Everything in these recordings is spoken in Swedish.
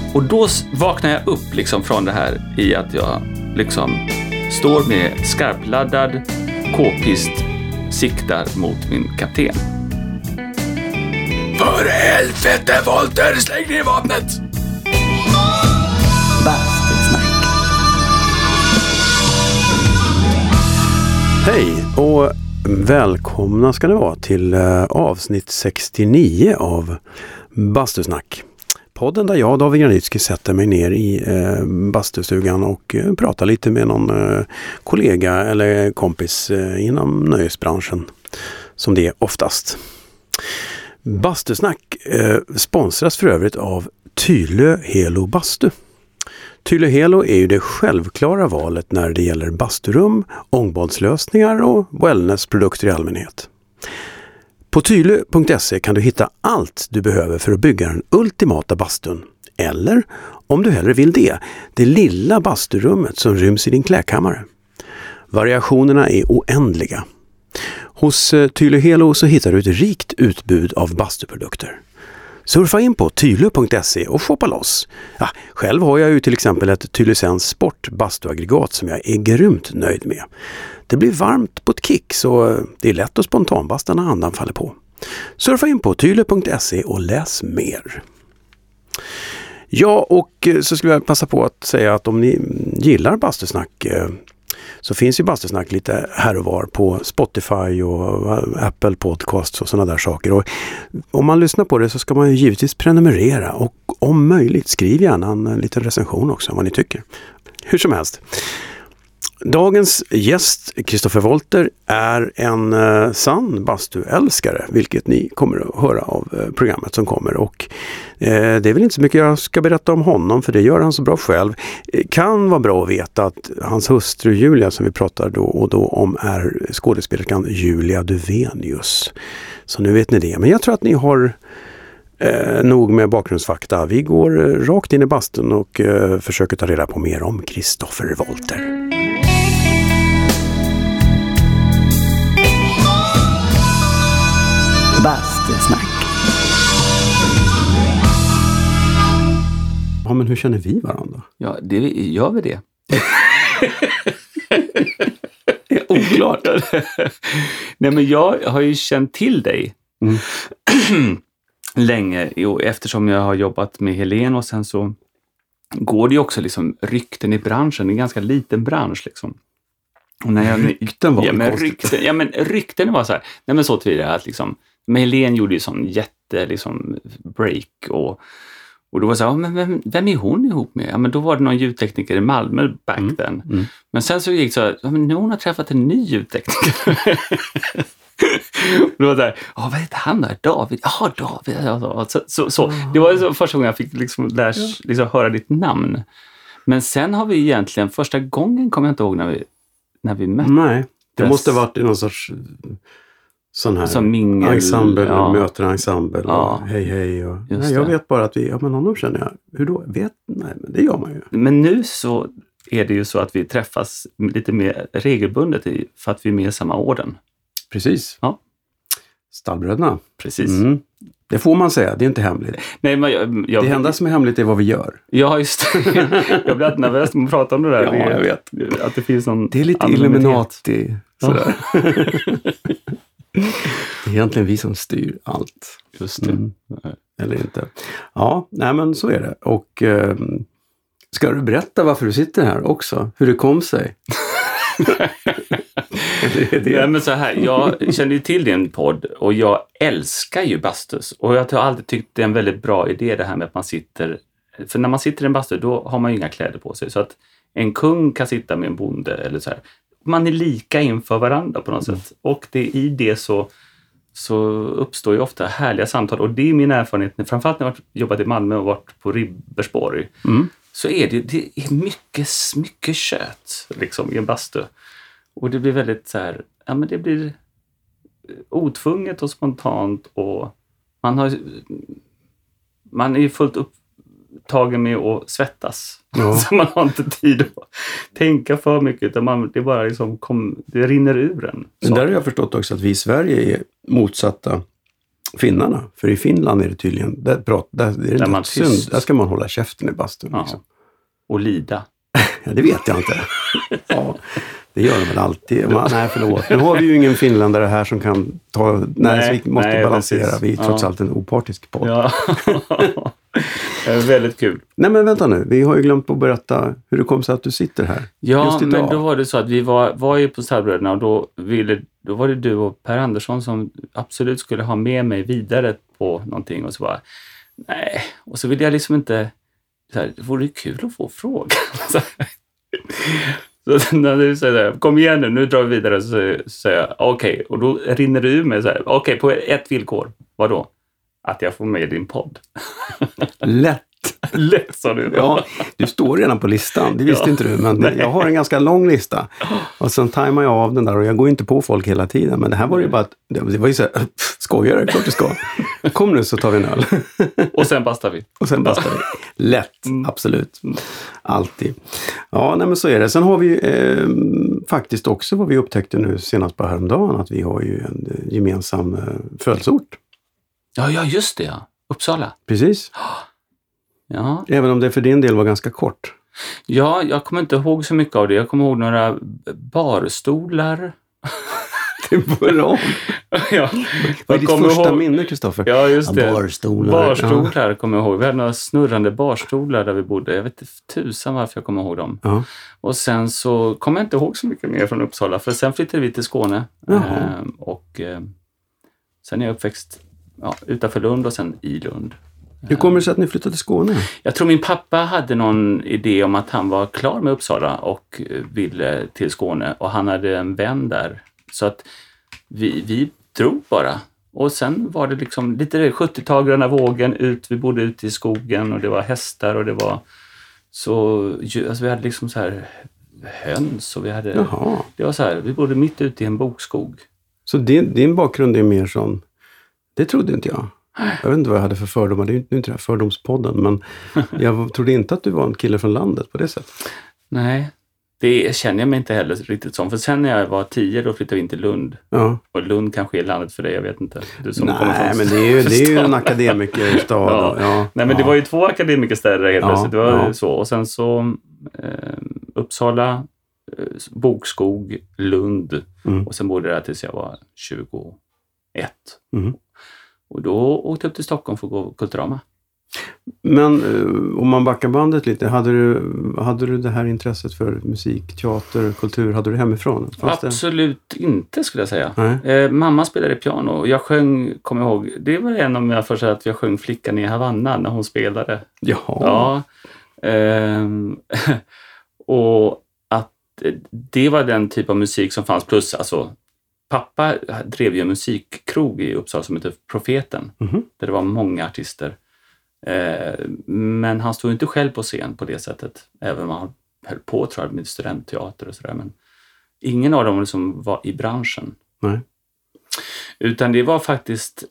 Och då vaknar jag upp liksom från det här i att jag liksom står med skarpladdad k-pist, siktar mot min kapten. För helvete, Volter, släng ner vapnet! Bastusnack. Hej och välkomna ska ni vara till avsnitt 69 av Bastusnack. Podden där jag, David Granitsky, sätter mig ner i bastustugan och pratar lite med någon kollega eller kompis inom nöjesbranschen, som det är oftast. Bastusnack sponsras för övrigt av Tylö Helo Bastu. Tylö Helo är ju det självklara valet när det gäller basturum, ångbadslösningar och wellnessprodukter i allmänhet. På tylö.se kan du hitta allt du behöver för att bygga den ultimata bastun. Eller, om du hellre vill det lilla basturummet som ryms i din klädkammare. Variationerna är oändliga. Hos Tylö Helo så hittar du ett rikt utbud av bastuprodukter. Surfa in på tylö.se och shoppa loss. Ja, själv har jag ju till exempel ett Tylösens Sport bastuaggregat som jag är grymt nöjd med. Det blir varmt på ett kick, så det är lätt att spontanbasta när andan faller på. Surfa in på tylö.se och läs mer. Ja, och så skulle jag passa på att säga att om ni gillar Bastusnack så finns ju Bastusnack lite här och var på Spotify och Apple Podcasts och sådana där saker. Och om man lyssnar på det så ska man ju givetvis prenumerera och om möjligt skriv gärna en liten recension också om vad ni tycker. Hur som helst. Dagens gäst, Kristoffer Volter, är en sann bastuälskare, vilket ni kommer att höra av programmet som kommer. Och det är väl inte så mycket jag ska berätta om honom, för det gör han så bra själv. Kan vara bra att veta att hans hustru Julia, som vi pratar då och då om, är skådespelerskan Julia Duvenius. Så nu vet ni det. Men jag tror att ni har nog med bakgrundsfakta. Vi går rakt in i bastun och försöker ta reda på mer om Kristoffer Volter. Bastusnack. Ja, men hur känner vi varandra? Ja, det gör vi det. Oklart. Nej, men jag har ju känt till dig länge. Eftersom jag har jobbat med Helen, och sen så går det ju också liksom rykten i branschen. Det är en ganska liten bransch liksom. Och när rykten var rykten var så här. Nej, men så tillvida att liksom, men Helen gjorde ju sån jätte liksom break och då var det så här, men vem är hon ihop med? Ja, men då var det någon ljudtekniker i Malmö back then. Men sen så gick det så här, ja, men nu hon har träffat en ny ljudtekniker. Och då var det där, vad heter han där? David. Ja, David. Så. Det var så första gången jag fick liksom höra ditt namn. Men sen har vi egentligen, första gången kommer jag inte ihåg när vi möttes. Nej, det måste ha varit i någon sorts sån här som mingel, ensemble, möter ensemble och hej och nej, jag vet bara att men honom känner jag. Hur då? Nej, men det gör man ju. Men nu så är det ju så att vi träffas lite mer regelbundet för att vi är med i samma orden. Precis. Ja. Stallbröderna. Precis. Det får man säga, det är inte hemligt. Nej, men det enda som är hemligt är vad vi gör. Ja, just det. Jag blir alltid nervös när man pratar om det där. Ja, jag vet. Att det finns någon. Det är lite Illuminati. Sådär. Det är egentligen vi som styr allt. Just det. Eller inte. Ja, nej men så är det. Och ska du berätta varför du sitter här också? Hur det kom sig? Ja, men så här, jag känner ju till din podd och jag älskar ju bastus. Och jag har alltid tyckt det är en väldigt bra idé det här med att man sitter. För när man sitter i en bastu då har man ju inga kläder på sig. Så att en kung kan sitta med en bonde eller så här. Man är lika inför varandra på något sätt. Och i det så uppstår ju ofta härliga samtal. Och det är min erfarenhet, framförallt när jag har jobbat i Malmö och varit på Ribersborg. Så är det är mycket kött liksom, i en bastu. Och det blir väldigt så här, ja men det blir otvunget och spontant. Och man är ju fullt upptagen med att svettas. Ja. Så man har inte tid att tänka för mycket, utan det bara liksom det rinner ur en. Men där har jag förstått också att vi i Sverige är motsatta Finnarna. För i Finland är det tydligen, där är det man synd. Där ska man hålla käften i bastun. Ja. Liksom. Och lida. Ja, det vet jag inte. Ja, det gör de väl alltid. Nej, förlåt. Nu har vi ju ingen finländare här som kan ta... Nej, så vi måste balansera. Precis. Vi är trots allt en opartisk podd. Ja. Väldigt kul. Nej, men vänta nu. Vi har ju glömt att berätta hur det kom sig att du sitter här. Ja, men då var det så att vi var ju på Starbröderna och då var det du och Per Andersson som absolut skulle ha med mig vidare på någonting och så bara, nej. Och så ville jag liksom inte, så här, det vore kul att få frågan. Så när du säger kom igen nu drar vi vidare, så säger jag okej. Och då rinner du med så här, okej, på ett villkor. Vadå? Att jag får med din podd. Lätt, sa du. Ja, du står redan på listan. Det visste inte du, men jag har en ganska lång lista. Och sen tajmar jag av den där och jag går inte på folk hela tiden. Men det här var ju bara att, det var ju så här, skojare, klart du ska. Kom nu så tar vi en öl. Och sen bastar vi. Lätt, absolut. Alltid. Ja, nej, men så är det. Sen har vi faktiskt också vad vi upptäckte nu senast på häromdagen, att vi har ju en gemensam födelseort. Ja, just det. Ja. Uppsala. Precis. Ja. Även om det för din del var ganska kort. Ja, jag kommer inte ihåg så mycket av det. Jag kommer ihåg några barstolar. Det är bra. Ja. Vad är ditt första minne, Kristoffer? Ja, just det. Barstolar kommer jag ihåg. Vi hade några snurrande barstolar där vi bodde. Jag vet inte tusan varför jag kommer ihåg dem. Ja. Och sen så kommer jag inte ihåg så mycket mer från Uppsala. För sen flyttade vi till Skåne. Sen är jag uppväxt utanför Lund och sen i Lund. Hur kommer det sig att ni flyttade till Skåne? Jag tror min pappa hade någon idé om att han var klar med Uppsala och ville till Skåne. Och han hade en vän där. Så att vi drog bara. Och sen var det liksom lite 70-tal gröna vågen ut. Vi bodde ute i skogen och det var hästar och det var så... Alltså vi hade liksom så här höns och vi hade... Jaha. Det var så här, vi bodde mitt ute i en bokskog. Så din bakgrund är mer sån... Det trodde inte jag. Jag vet inte vad jag hade för fördomar. Det är ju inte den här fördomspodden. Men jag trodde inte att du var en kille från landet på det sättet. Nej, det känner jag mig inte heller riktigt som. För sen när jag var 10 då flyttade vi in till Lund. Ja. Och Lund kanske är landet för dig, jag vet inte. Du som nej, men det är ju en akademikerstad. Ja. Nej, men det var ju 2 akademikerstäder helt plötsligt. Det var så. Och sen så Uppsala, Bokskog, Lund. Och sen bodde jag där tills jag var 21. Och då åkte jag upp till Stockholm för att gå Kulturama. Men om man backar bandet lite, hade du det här intresset för musik, teater, kultur, hade du hemifrån? Absolut inte, skulle jag säga. Mamma spelade piano och jag sjöng, kommer jag ihåg, det var en av jag först att jag sjöng Flickan i Havanna när hon spelade. Jaha. Ja. Och att det var den typ av musik som fanns, plus alltså pappa drev ju en musikkrog i Uppsala som heter Profeten. Där det var många artister. Men han stod inte själv på scen på det sättet. Även om han höll på, tror jag, med studentteater och sådär. Men ingen av dem liksom var i branschen. Nej. Utan det var faktiskt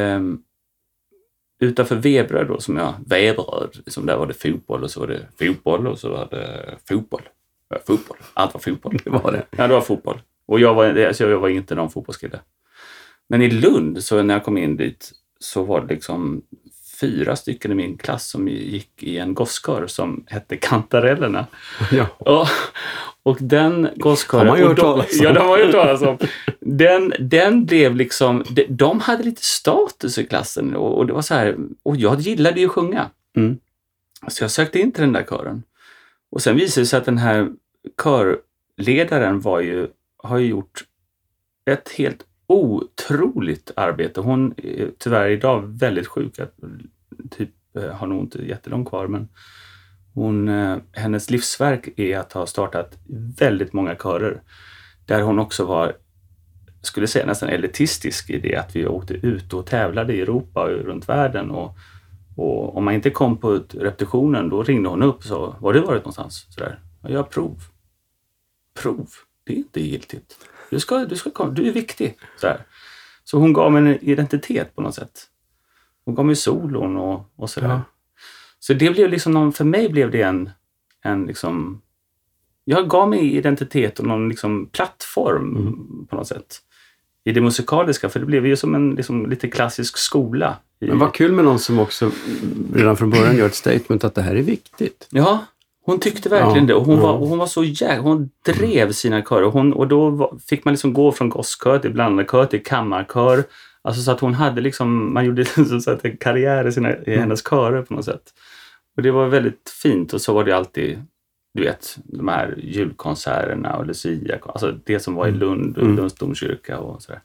utanför Veberöd då, som jag... Veberöd, liksom där var det fotboll och så var det fotboll och så var det fotboll. Fotboll. Allt var fotboll. Det var det. Ja, det var fotboll. Och jag var inte någon fotbollskille. Men i Lund, så när jag kom in dit, så var det liksom 4 stycken i min klass som gick i en gosskör som hette Kantarellerna. Ja. Och den gosskören... Har man hört talas om? Ja, de har hört talas om. Den blev liksom... De hade lite status i klassen. Och det var så här... Och jag gillade ju att sjunga. Så jag sökte in till den där kören. Och sen visade det sig att den här körledaren har ju gjort ett helt otroligt arbete. Hon är tyvärr idag väldigt sjuk. Har nog inte jättelångt kvar, men hennes livsverk är att ha startat väldigt många körer. Där hon också var, skulle säga nästan elitistisk i det, att vi åkte ut och tävlade i Europa och runt världen. Och om man inte kom på repetitionen, då ringde hon upp och sa, var det varit någonstans? Sådär. Jag gör prov. Det är inte giltigt. Du ska komma, du är viktig. Så hon gav mig en identitet på något sätt. Hon gav mig solon och sådär. Ja. Så det blev liksom, för mig blev det en liksom, jag gav mig identitet och någon liksom plattform på något sätt. i det musikaliska, för det blev ju som en liksom, lite klassisk skola. Men vad kul med någon som också redan från början gör ett statement att det här är viktigt. Ja, hon tyckte verkligen det. Och hon var så hon drev sina körer. Och då fick man liksom gå från gosskör till blandkör till kammarkör. Alltså så att hon hade liksom, man gjorde så att en karriär i hennes körer på något sätt. Och det var väldigt fint. Och så var det alltid, du vet, de här julkonserterna och Lucia. Alltså det som var i Lund, Lunds domkyrka och sådär.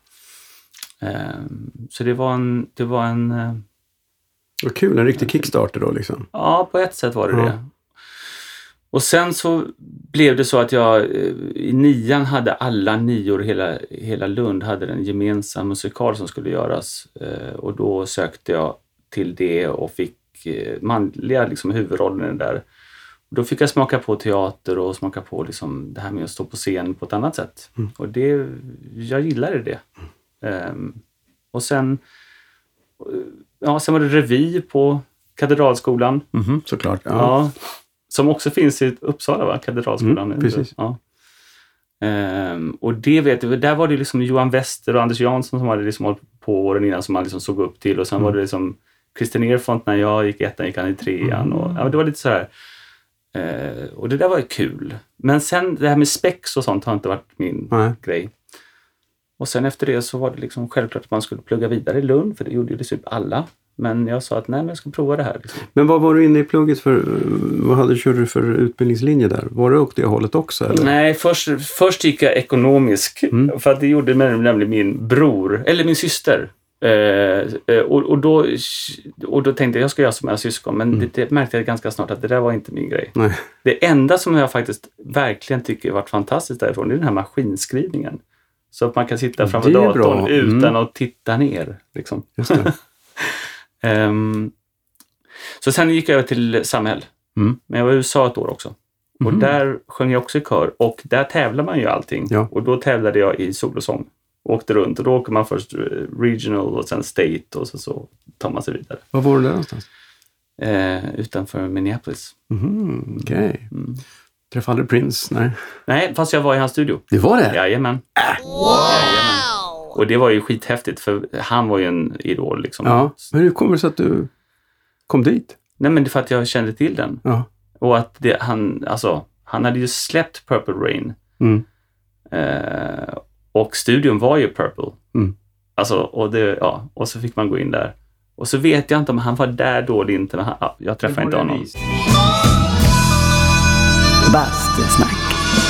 Så det var en vad kul, en riktig kickstarter då liksom. Ja, på ett sätt var det. Och sen så blev det så att jag i 9:an hade alla 9:or hela Lund hade en gemensam musikal som skulle göras. Och då sökte jag till det och fick manliga liksom, huvudrollen där. Och då fick jag smaka på teater och smaka på liksom, det här med att stå på scen på ett annat sätt. Och jag gillade det. Och sen var det revy på Katedralskolan. Såklart. Ja, som också finns i Uppsala, va? Katedralskolan. Precis. Ja. Och det där var det liksom Johan Wester och Anders Jansson som hade liksom hållit på åren innan som man liksom såg upp till. Och sen var det liksom Christer Nerfont när jag gick 1:an, gick han i 3:an. Och det var lite så här. Och det där var ju kul. Men sen det här med spex och sånt har inte varit min grej. Och sen efter det så var det liksom självklart att man skulle plugga vidare i Lund, för det gjorde ju typ alla. Men jag sa att nej, men jag ska prova det här. Liksom. Men vad var du inne i plugget för? Vad körde du för utbildningslinje där? Var du åt det hållet också? Eller? Nej, först gick jag ekonomisk. För att det gjorde nämligen min bror, eller min syster. Och då tänkte jag ska göra som mina syskon. Men det märkte jag ganska snart att det där var inte min grej. Nej. Det enda som jag faktiskt verkligen tycker varit fantastiskt därifrån, det är den här maskinskrivningen. Så att man kan sitta framför datorn utan att titta ner. Liksom. Just det. Så sen gick jag över till Samhäll. Men jag var i USA ett år också. Och där sjöng jag också i kör. Och där tävlar man ju allting. Ja. Och då tävlade jag i solosång. Åkte runt. Och då åker man först regional och sen state. Och så tar man sig vidare. Var var du där någonstans? Utanför Minneapolis. Okej. Träffade du Prince? Nej, fast jag var i hans studio. Det var det? Jajamän. Wow! Jajamän. Och det var ju skithäftigt, för han var ju en idol liksom. Ja, men hur kommer det sig att du kom dit? Nej, men det är för att jag kände till den. Ja. Och att han hade ju släppt Purple Rain. Och studion var ju Purple. Och så fick man gå in där. Och så vet jag inte om han var där då eller inte, men jag träffade inte honom. Bastusnack.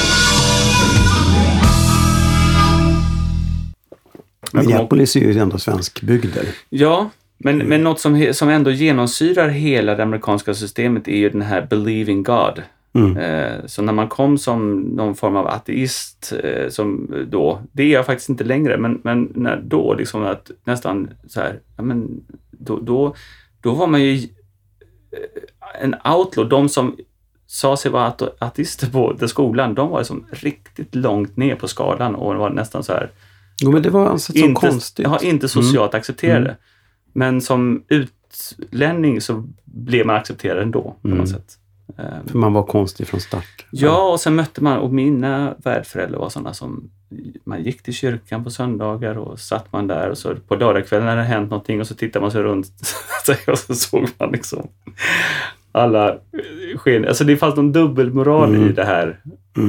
Minneapolis är ju ändå svensk bygder. Ja, men något som ändå genomsyrar hela det amerikanska systemet är ju den här believe in God. Så när man kom som någon form av ateist, som då, det är jag faktiskt inte längre, men när då liksom att nästan så här, ja, men då var man ju en outlaw. De som sa sig vara ateister på den skolan, de var liksom riktigt långt ner på skalan och var nästan så här. Jo, men det var alltså så konstigt. Jag har inte socialt accepterade. Men som utlänning så blev man accepterad ändå på något sätt. För man var konstig från start. Ja, och sen mötte man, och mina värdföräldrar var sådana som, man gick till kyrkan på söndagar och satt man där och så på lördagskvällen när det hänt någonting och så tittade man sig runt och så såg man liksom alla sken. Alltså det fanns någon dubbelmoral i det här.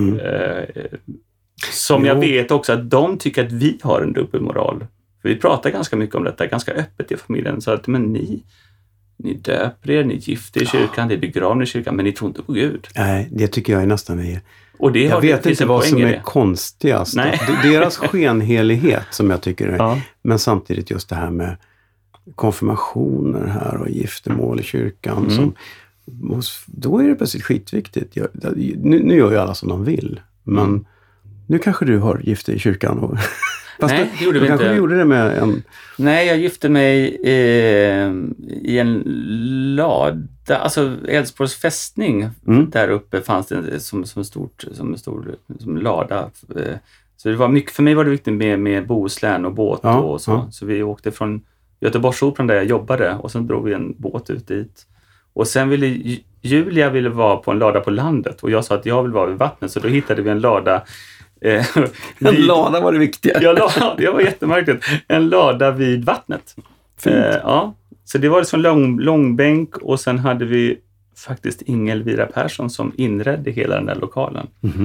Som jag vet också att de tycker att vi har en dubbelmoral. För vi pratar ganska mycket om detta, ganska öppet i familjen. Så att, men ni döper er, ni gifter i kyrkan, det är begravna i kyrkan, men ni tror inte på Gud. Nej, det tycker jag är nästan och det jag vet inte vad som är konstigast. Deras skenhelighet som jag tycker är, men samtidigt just det här med konfirmationer här och giftermål i kyrkan som, då är det plötsligt skitviktigt. Nu gör ju alla som de vill, men nu kanske du har gift i kyrkan och nej, det gjorde vi inte. Du gjorde det med en... Nej, jag gifte mig i en lada. Alltså Älvsborgs fästning. Där uppe fanns det som lada. Så det var mycket, för mig var det viktigt med Bohuslän och båt och så. Så vi åkte från Göteborgsoperan där jag jobbade och sen drog vi en båt ut dit. Och sen Julia ville vara på en lada på landet och jag sa att jag vill vara vid vattnet, så då hittade vi en lada En lada var det viktiga. Det var jättemärkligt. En lada vid vattnet. Ja, så det var liksom långbänk och sen hade vi faktiskt Ingelvira Persson som inredde hela den där lokalen.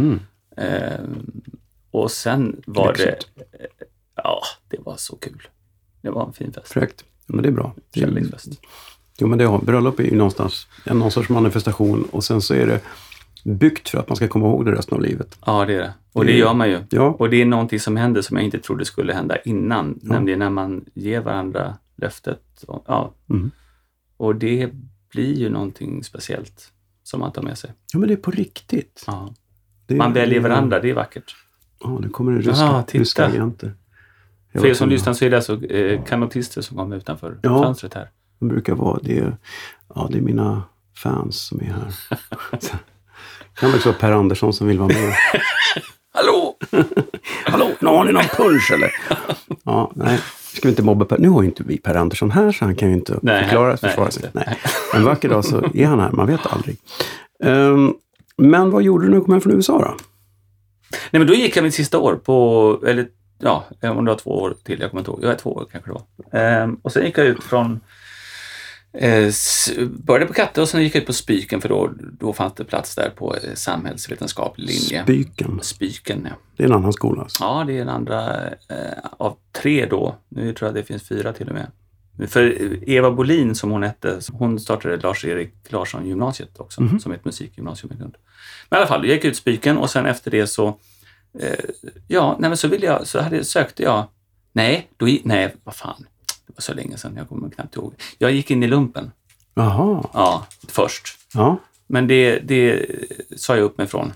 Och sen var det... det var så kul. Det var en fin fest. Fräckt. Men det är bra. Kärleksfest. Jo, men det har bröllop är ju någonstans någon sorts manifestation och sen så är det byggt för att man ska komma ihåg det resten av livet. Ja, det är det. Och det gör man ju. Ja. Och det är någonting som händer som jag inte trodde skulle hända innan. Nämligen när man ger varandra löftet. Och det blir ju någonting speciellt som man tar med sig. Ja, men det är på riktigt. Ja. Man väljer varandra, det är vackert. Ja, det kommer ryska agenter. För er som lyssnar så är det alltså kanotister som kommer utanför fönstret här. Det brukar vara det är mina fans som är här. Kan också vara Per Andersson som vill vara med. Hallå! Hallå, har ni någon punch eller? Ja, nej. Ska vi inte mobba Per? Nu har ju inte vi Per Andersson här så han kan ju inte försvara sig. Nej. En vacker dag så är han här, man vet aldrig. Men vad gjorde du när du kom hem från USA då? Nej, men då gick jag mitt sista år på, eller om det var 2 år till, jag kommer inte ihåg. Jag är 2 år kanske det var. Och sen gick jag ut från, började på Katte och sen gick jag ut på Spyken för då fanns det plats där på samhällsvetenskaplig linje. Spyken, ja. Det är en annan skola alltså. Ja, det är en andra av 3 då. Nu tror jag det finns 4 till och med. För Eva Bolin som hon hette, hon startade Lars-Erik Larsson gymnasiet också, som ett musikgymnasium i Lund. Men i alla fall, jag gick ut Spyken och sen efter det så sökte jag. Nej, vad fan. Det var så länge sedan, jag kommer knappt ihåg. Jag gick in i lumpen. Jaha. Ja, först. Ja. Men det sa jag upp mig från.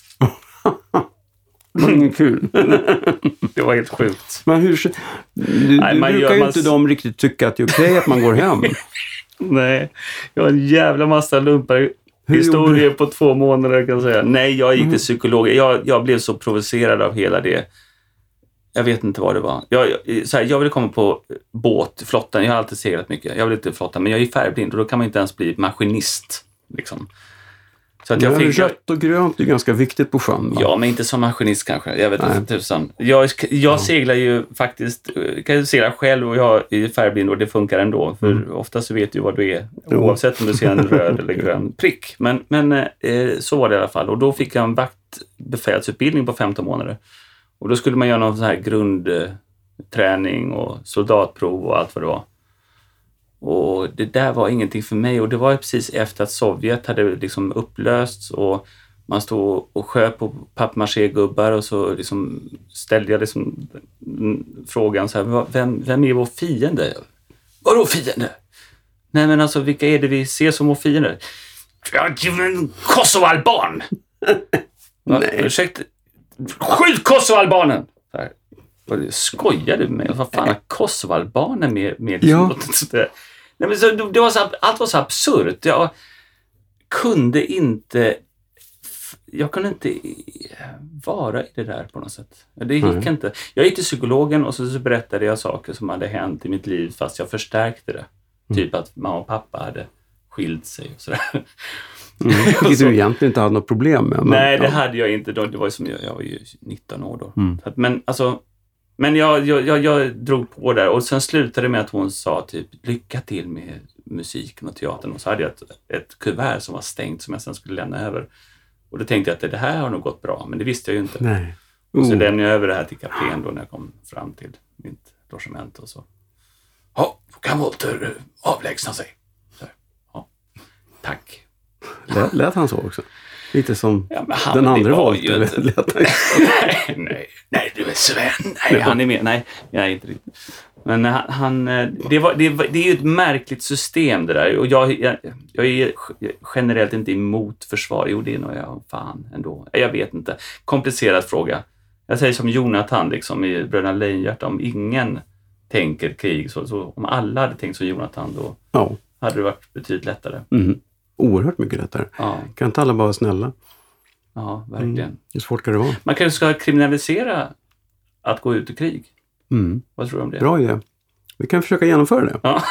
Kul. Det var helt sjukt. Men hur... Du brukar ju inte de riktigt tycka att det är okej att man går hem. Nej, jag har en jävla massa lumpar. Historier på 2 månader kan jag säga. Nej, jag gick till psykolog. Jag blev så provocerad av hela det. Jag vet inte vad det var. Jag ville komma på flottan. Jag har alltid seglat mycket. Jag vill inte flotta, men jag är färgblind och då kan man inte ens bli maskinist. Liksom. Så att rött och grönt är ganska viktigt på sjön, va? Ja, men inte som maskinist kanske. Jag vet inte tusan. Jag seglar ju faktiskt, kan ju segla själv och jag är färgblind och det funkar ändå. För ofta så vet du vad du är. Oavsett om du ser en röd eller grön prick. Men så var det i alla fall. Och då fick jag en vaktbefälsutbildning på 15 månader. Och då skulle man göra någon sån här grundträning och soldatprov och allt vad det var. Och det där var ingenting för mig. Och det var precis efter att Sovjet hade liksom upplösts och man stod och sköt på pappmaché-gubbar och så liksom ställde jag liksom frågan så här, vem är vår fiende? Vadå fiende? Nej, men alltså, vilka är det vi ser som vår fiende? Kosovo-alban! Nej. Ursäkta. Skjut Kosovo-albanen! Skojar du med? Vad fan har Kosovo-albanen med ja. Nej, men det var allt var så absurt. Jag kunde inte vara i det där på något sätt. Det gick inte. Jag gick till psykologen och så berättade jag saker som hade hänt i mitt liv fast jag förstärkte det. Typ att mamma och pappa hade skilt sig och sådär. Vilket du egentligen inte hade något problem med. Nej, det hade jag inte. Det var som jag var ju 19 år då. Men jag drog på där och sen slutade det med att hon sa typ lycka till med musiken och teatern och så hade jag ett kuvert som var stängt som jag sen skulle lämna över. Och då tänkte jag att det här har nog gått bra, men det visste jag ju inte. Nej. Och så lämnade jag över det här till kapten då när jag kom fram till mitt logement och så. Ja, då kan Walter avlägsna sig. Så, ja, tack. Lät han så också? Lite som den andra Walter. Nej, du är Sven. Nej, han är med. Nej, jag är inte riktigt. Men det är ju ett märkligt system det där. Och jag är generellt inte emot försvar. Jo, det är nog jag fan ändå. Jag vet inte. Komplicerad fråga. Jag säger som Jonathan liksom, i Bröderna Lejonhjärta. Om ingen tänker krig, så om alla hade tänkt som Jonathan då hade det varit betydligt lättare. Mm. Oerhört mycket lättare. Ja. Kan inte alla bara vara snälla? Ja, verkligen. Hur svårt kan det vara? Man kanske ska kriminalisera att gå ut i krig. Vad tror du om det? Bra idé. Vi kan försöka genomföra det. Ja.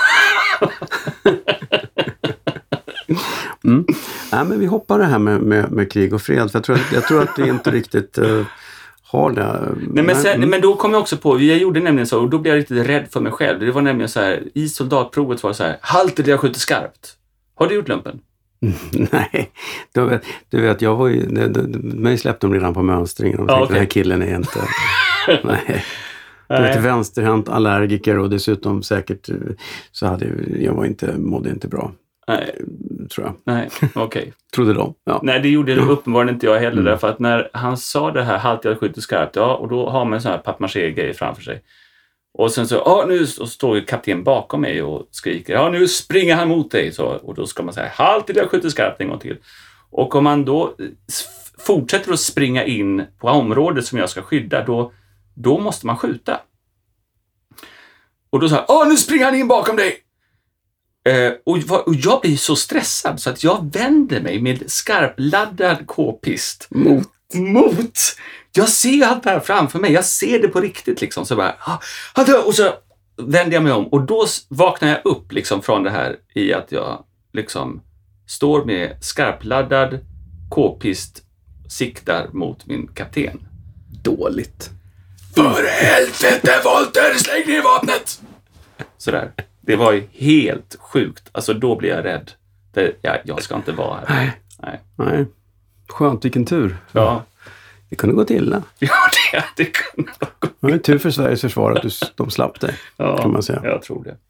Nej, men vi hoppar det här med krig och fred. För jag tror att vi inte riktigt har det. Men då kom jag också på, jag gjorde nämligen så, och då blev jag riktigt rädd för mig själv. Det var nämligen så här, i soldatprovet var det så här, halter det jag skjuter skarpt. Har du gjort lumpen? Nej, du vet, jag var ju, mig släppte de redan på mönstringen. De tänkte, den här killen är inte, nej. Du vet, vänsterhänt allergiker och dessutom säkert så mådde inte bra. Nej. Tror jag. Nej, okej. Trodde de. Ja. Nej, det gjorde uppenbarligen inte jag heller. Därför att när han sa det här, halter jag skjuter skarpt, och då har man en sån här pappmaché-grej framför sig. Och sen så, nu står ju kapten bakom mig och skriker, nu springer han mot dig. Så, och då ska man säga, halter jag skjuter skarpt en gång till. Och om man då fortsätter att springa in på området som jag ska skydda, då måste man skjuta. Och då sa nu springer han in bakom dig. Och jag blir så stressad så att jag vänder mig med skarpladdad k-pist mot. Jag ser allt det här framför mig. Jag ser det på riktigt liksom. Så bara, och så vänder jag mig om. Och då vaknar jag upp liksom från det här i att jag liksom står med skarpladdad k-pist, siktar mot min kapten. Dåligt. För helvete, Walter, släng ner vapnet! Sådär. Det var ju helt sjukt. Alltså då blir jag rädd. Jag ska inte vara här. Nej. Skönt, vilken tur. Ja. Det kunde gå illa. Ja, det kunde gå. Det var tur för Sveriges försvar att de slapp dig. Ja, kan man säga. Jag tror det.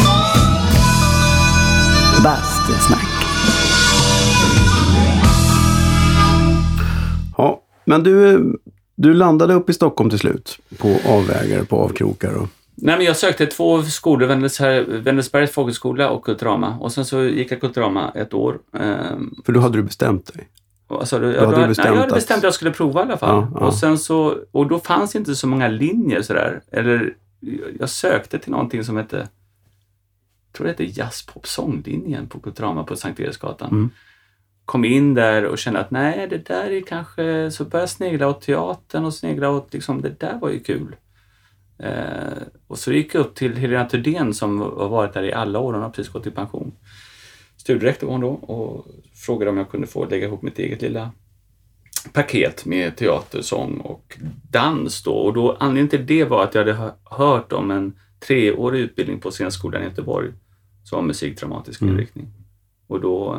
Bastusnack. Ja, men du landade upp i Stockholm till slut. På avvägar, på avkrokar och... Nej, men jag sökte 2 skolor, Vänersbergs folkhögskola och Kulturama. Och sen så gick jag Kulturama ett år. För då hade du bestämt dig? Alltså, jag hade bestämt att jag skulle prova i alla fall. Ja. Och sen så, och då fanns inte så många linjer sådär. Eller jag sökte till någonting som hette, jag tror det hette jazzpop-sånglinjen på Kulturama på Sankt Eriksgatan. Kom in där och kände att nej, det där är kanske, så började jag snegla åt teatern och snegla åt liksom, det där var ju kul. Och så gick jag upp till Helena Thurdén som har varit där i alla år. Hon har precis gått i pension. Studierektor var hon då och frågade om jag kunde få lägga ihop mitt eget lilla paket med teater, sång och dans då. Och då anledningen till det var att jag hade hört om en 3-årig utbildning på scenskolan i Göteborg som var musikdramatisk inriktning. Och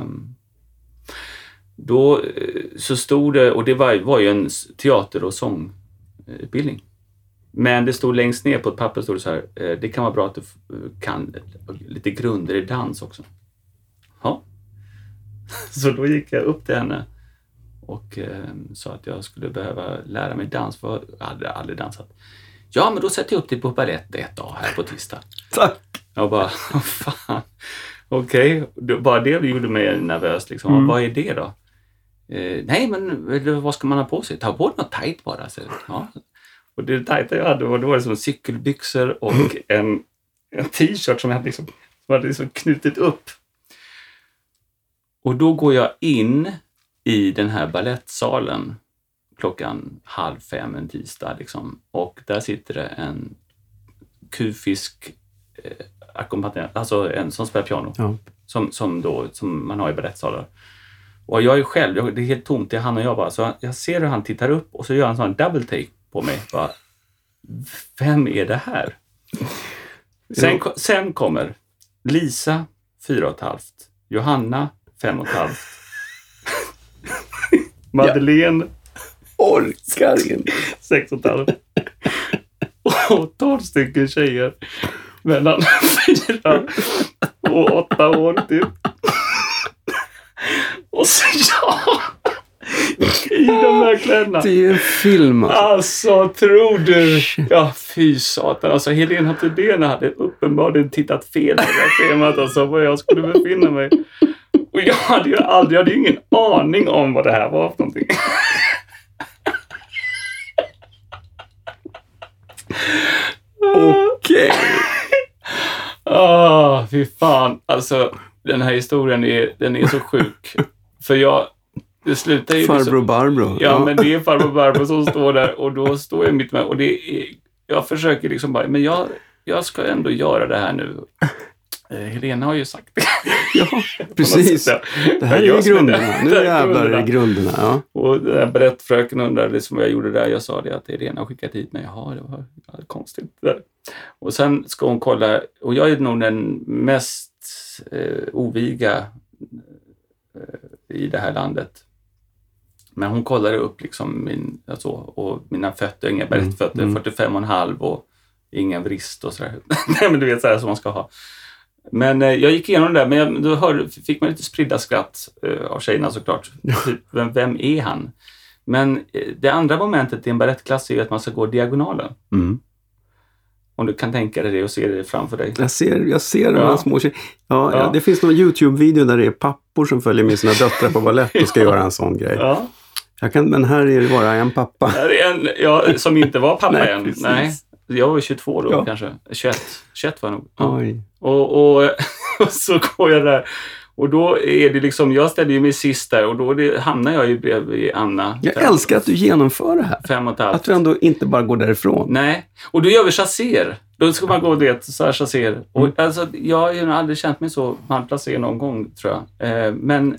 då så stod det, och det var ju en teater- och sångutbildning. Men det stod längst ner på ett papper, stod det så här, det kan vara bra att du kan lite grunder i dans också. Ja. Så då gick jag upp till henne och sa att jag skulle behöva lära mig dans, för jag hade aldrig dansat. Ja, men då sätter jag upp dig på ballett ett dag här på tisdag. Tack! Jag bara, fan, okej. Bara det gjorde mig nervös liksom. Vad är det då? Nej, men vad ska man ha på sig? Ta på något tajt bara. Så, ja. Och det tajta jag hade var som cykelbyxor och en t-shirt som jag hade liksom knutit upp. Och då går jag in i den här ballettsalen 4:30 en tisdag liksom. Och där sitter det en kufisk ackompanjant, alltså en som spelar piano. Ja. Som man har i ballettsalar. Och jag är själv, det är helt tomt, det är han och jag bara. Så jag ser hur han tittar upp och så gör han sån double take på mig. Bara, vem är det här? Sen kommer Lisa, 4,5. Johanna, 5,5. Madeleine, orkar inte. 6,5. Och 12 stycken tjejer mellan 4 och 8 år typ. Och så i de här kläderna. Det är ju en film. Alltså, tror du? Ja, fy satan. Alltså, Helena Thurdén hade uppenbarligen tittat fel på det här temat. Alltså, var jag skulle befinna mig. Och jag hade ju ingen aning om vad det här var för någonting. Okej. Fy fan. Alltså, den här historien är så sjuk. För det slutar ju... Farbror Barbro. Ja, men det är farbror Barbro som står där. Och då står jag mitt med. Och jag försöker liksom bara... Men jag ska ändå göra det här nu. Helena har ju sagt det. Ja, precis. Det här är ju grunderna. Nu jävlar är det grunderna. Ja. Och den berättfröken undrade liksom vad jag gjorde där. Jag sa det att Helena har skickat hit mig. Jaha, det var konstigt. Där. Och sen ska hon kolla. Och jag är nog den mest oviga i det här landet. Men hon kollade upp liksom och mina fötter, inga berättfötter, 45,5 och ingen vrist och sådär. Nej, men du vet sådär som man ska ha. Men jag gick igenom det där, men då fick man lite spridda skratt av tjejerna såklart. Typ, vem är han? Men det andra momentet i en barettklass är ju att man ska gå diagonalen. Om du kan tänka dig det och se det framför dig. Jag ser de här små tjejer. Ja, det finns någon YouTube-video där det är pappor som följer med sina döttrar på balett och ska göra en sån grej. Ja. Men här är det bara en pappa. Här är en som inte var pappa än. Precis. Nej. Jag var 22 då kanske. 21 var jag nog. Ja. Oj. Och så går jag där. Och då är det liksom, jag ställer ju mig sist där och då hamnar jag ju bredvid Anna. Jag älskar att du genomför det här. 5,5. Att du ändå inte bara går därifrån. Nej. Och då gör vi chasser. Då ska man gå så här chasser. Och alltså, jag har ju aldrig känt mig så malplacerad någon gång, tror jag. Men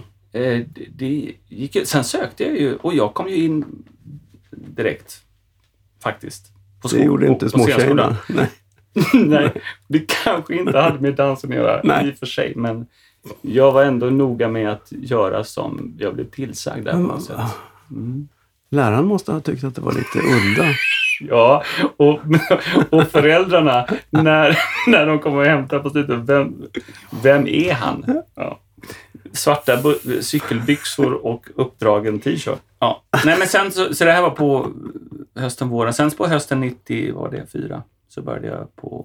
det gick, sen sökte jag ju och jag kom ju in direkt. Faktiskt. Det gjorde inte småtjejerna. Nej. Nej, det kanske inte hade med dansen att göra i och för sig, men jag var ändå noga med att göra som jag blev tillsagd där på något sätt. Läraren måste ha tyckt att det var lite udda. Ja, och föräldrarna när de kommer och hämtar på slutet, vem är han? Ja. Svarta cykelbyxor och uppdragen t-shirt. Ja. Nej, men sen så det här var på hösten, våren. Sen på hösten 90 var det 4. Så började jag på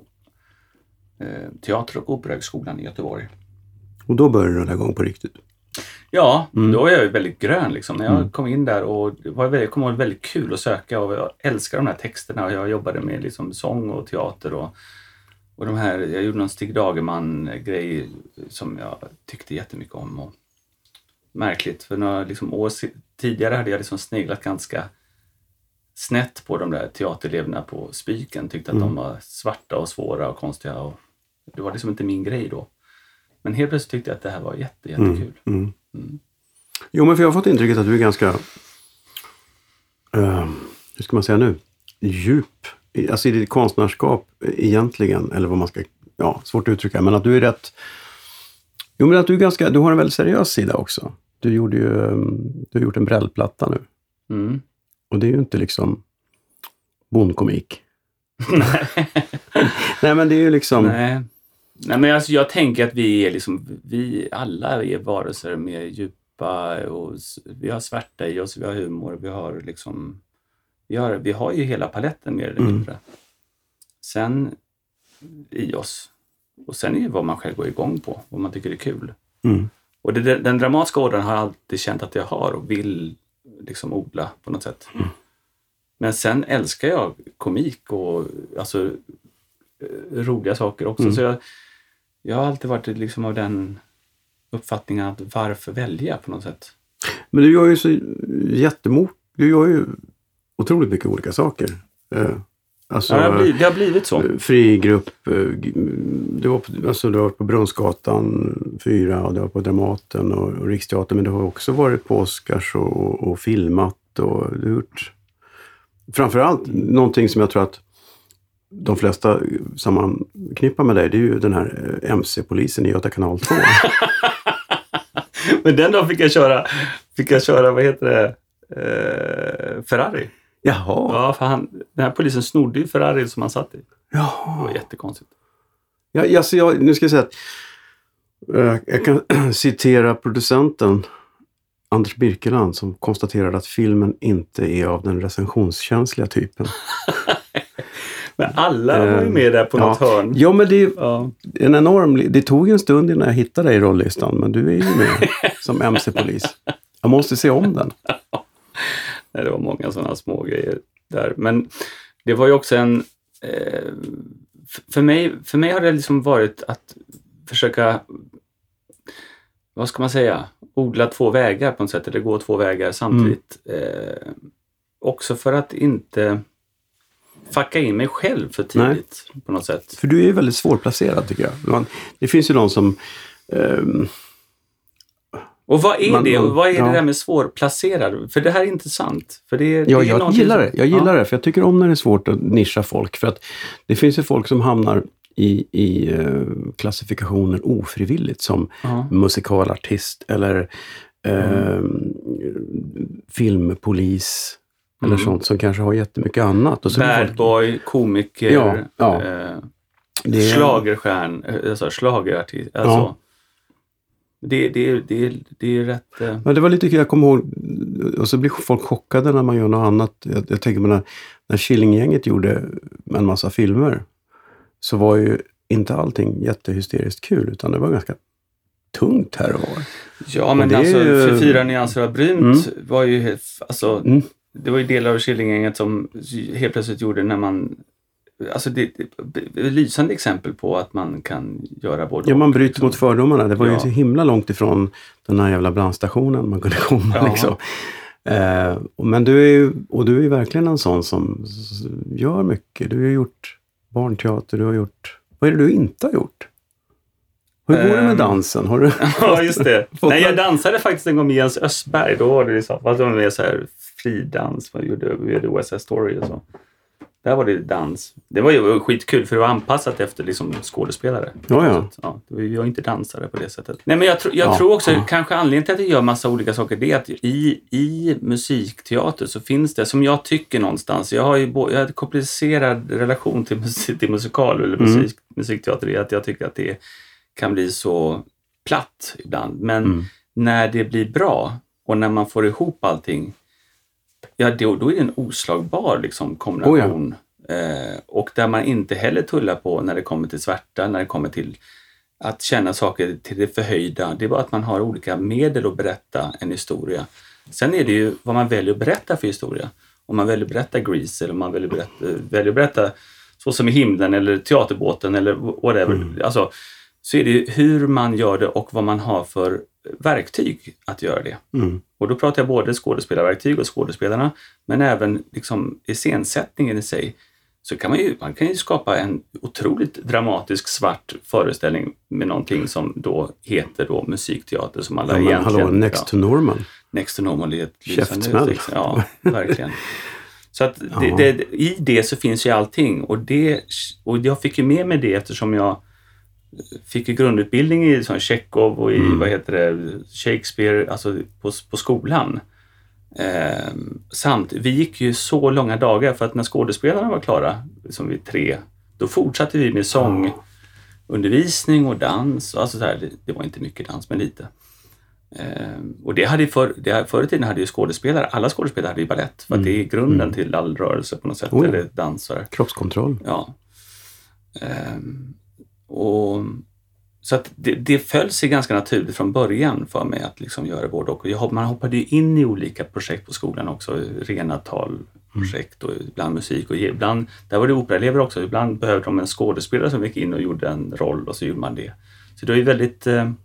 teater- och operahögskolan i Göteborg. Och då började du den gång på riktigt? Ja, då var jag ju väldigt grön liksom. När jag kom in där och det var väldigt kul att söka och jag älskar de här texterna och jag jobbade med liksom sång och teater och de här, jag gjorde någon Stig Dagerman-grej som jag tyckte jättemycket om och märkligt för några liksom år tidigare hade jag liksom sneglat ganska snett på de där teatereleverna på Spiken. Tyckte att de var svarta och svåra och konstiga. Och det var liksom inte min grej då. Men helt plötsligt tyckte jag att det här var jättekul. Jo, men för jag har fått intrycket att du är ganska hur ska man säga nu? Djup. Alltså i ditt konstnärskap egentligen. Eller vad man ska... Ja, svårt att uttrycka. Men att du är rätt... Jo, men att du är ganska... Du har en väldigt seriös sida också. Du har gjort en brällplatta nu. Och det är ju inte liksom bondkomik. Nej, men det är ju liksom... Nej, men alltså jag tänker att vi är liksom... Vi alla är varelser med djupa och vi har svärta i oss, vi har humor, vi har liksom... Vi har ju hela paletten mer eller mindre. Sen i oss. Och sen är ju vad man själv går igång på, vad man tycker är kul. Och den dramatiska ådran har jag alltid känt att jag har och vill liksom odla på något sätt. Men sen älskar jag komik och alltså roliga saker också. Så jag har alltid varit liksom av den uppfattningen att varför välja på något sätt. Men du gör ju så du gör ju otroligt mycket olika saker. Alltså, ja, det har blivit så. Frigrupp. Du har varit på Brunnsgatan 4 och du har på Dramaten och Riksteatern. Men du har också varit på Oscars och filmat och du har gjort framförallt någonting som jag tror att de flesta sammanknippar med dig, det är ju den här MC-polisen i Göta kanal 2. Men den då fick jag köra, vad heter det? Ferrari. Jaha. Ja, för den här polisen snodde ju Ferrari som han satt i. Jaha. Det var jättekonstigt. Nu ska jag säga att jag kan citera producenten Anders Birkeland som konstaterade att filmen inte är av den recensionskänsliga typen. Men alla var ju med där på något hörn. Ja, men det är en enorm... Det tog en stund innan jag hittade dig i rollistan, men du är ju med som MC-polis. Jag måste se om den. Nej, det var många sådana små grejer där. Men det var ju också en... För mig har det liksom varit att försöka... Vad ska man säga? Odla två vägar på något sätt. Eller gå två vägar samtidigt. Också för att inte fucka in mig själv för tidigt på något sätt. För du är ju väldigt svårplacerad tycker jag. Det finns ju de som... Och vad är det? Vad är det där med svårplacerad? För det här är intressant. För det jag är gillar det. Jag gillar det. För jag tycker om när det är svårt att nischa folk. För att det finns ju folk som hamnar i klassifikationen ofrivilligt. Som musikalartist eller filmpolis. Eller sånt som kanske har jättemycket annat. Och så bad boy, komiker, schlagerartist. Alltså. Det är rätt... Ja, det var lite kul, jag kommer ihåg, och så blir folk chockade när man gör något annat. Jag tänker på när Killinggänget gjorde en massa filmer så var ju inte allting jättehysteriskt kul utan det var ganska tungt här och var. Ja, men alltså för 4 nyanser av brunt var ju det var ju delar av Killinggänget som helt plötsligt gjorde när man... Alltså det är ett lysande exempel på att man kan göra både. Ja, man bryter mot fördomarna. Det var ju så himla långt ifrån den här jävla brandstationen man kunde komma liksom. Men du är ju verkligen en sån som gör mycket. Du har gjort barnteater, du har gjort... Vad är det du inte har gjort? Hur går det med dansen? Har du... Ja, just det. Nej, jag dansade faktiskt en gång med Jens Östberg. Då var det så. Fast det var med så här fridans. Man gjorde West Side Story och så. Där var det dans. Det var ju skitkul för det var anpassat efter liksom skådespelare. Ja. Vi var inte dansare på det sättet. Nej, men jag tror också kanske anledningen till att jag gör massa olika saker det är att i musikteater så finns det som jag tycker någonstans. Jag har en komplicerad relation till musikal eller musikteater är att jag tycker att det kan bli så platt ibland. Men när det blir bra och när man får ihop allting då är det en oslagbar liksom, kombination. Och där man inte heller tullar på när det kommer till svärta, när det kommer till att känna saker till det förhöjda. Det är bara att man har olika medel att berätta en historia. Sen är det ju vad man väljer att berätta för historia. Om man väljer att berätta Grease eller om man väljer att berätta Så som i himlen eller Teaterbåten eller whatever. Alltså, så är det ju hur man gör det och vad man har för verktyg att göra det. Och då pratar jag både skådespelarverktyg och skådespelarna, men även liksom iscensättningen i sig. Så kan man kan ju skapa en otroligt dramatisk svart föreställning med någonting som då heter då musikteater som alla egentligen... Hallå, Next to Normal. Next to Normal är ett käftsmäll. Ja, verkligen. Så att i det så finns ju allting och jag fick ju med mig det eftersom jag fick ju grundutbildning i sån Tjechov och i Shakespeare alltså på skolan. Samt vi gick ju så långa dagar för att när skådespelarna var klara som vi 3, då fortsatte vi med sångundervisning och dans alltså så här, det var inte mycket dans men lite. Och det hade förr i tiden hade ju skådespelare, alla skådespelare hade ju ballett för att det är grunden till all rörelse på något sätt eller dansare. Kroppskontroll. Ja. Och så att det föll sig ganska naturligt från början för mig att liksom göra både och. Man hoppade ju in i olika projekt på skolan också, rena talprojekt och ibland musik och ibland, där var det operaelever också, ibland behövde de en skådespelare som gick in och gjorde en roll och så gjorde man det. Så det var ju väldigt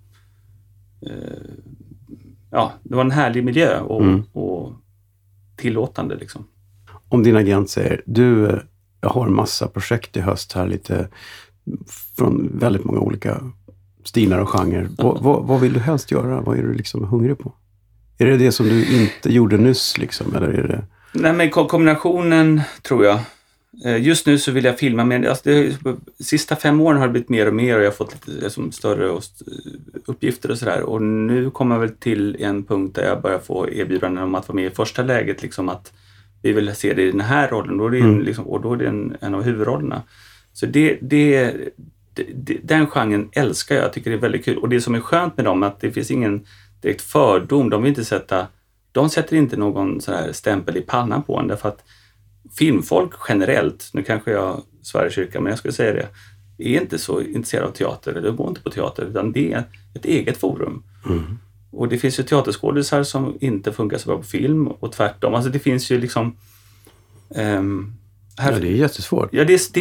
det var en härlig miljö och tillåtande liksom. Om din agent säger, jag har en massa projekt i höst här lite från väldigt många olika stilar och genrer. Vad vill du helst göra? Vad är du liksom hungrig på? Är det som du inte gjorde nyss liksom? Eller är det... Nej, men kombinationen tror jag. Just nu så vill jag filma men de sista 5 åren har det blivit mer och mer och jag har fått lite liksom, större uppgifter och sådär. Och nu kommer jag väl till en punkt där jag börjar få erbjudanden om att vara med i första läget. Liksom att vi vill se det i den här rollen och då är det en av huvudrollerna. Så den genren älskar jag. Jag tycker det är väldigt kul. Och det som är skönt med dem är att det finns ingen direkt fördom. De sätter inte någon sån här stämpel i pannan på en. Därför att filmfolk generellt, nu kanske jag svär i kyrkan, men jag skulle säga det, är inte så intresserade av teater. Eller går inte på teater, utan det är ett eget forum. Och det finns ju teaterskådisar som inte funkar så bra på film och tvärtom. Alltså det finns ju liksom... det är jättesvårt. Ja, det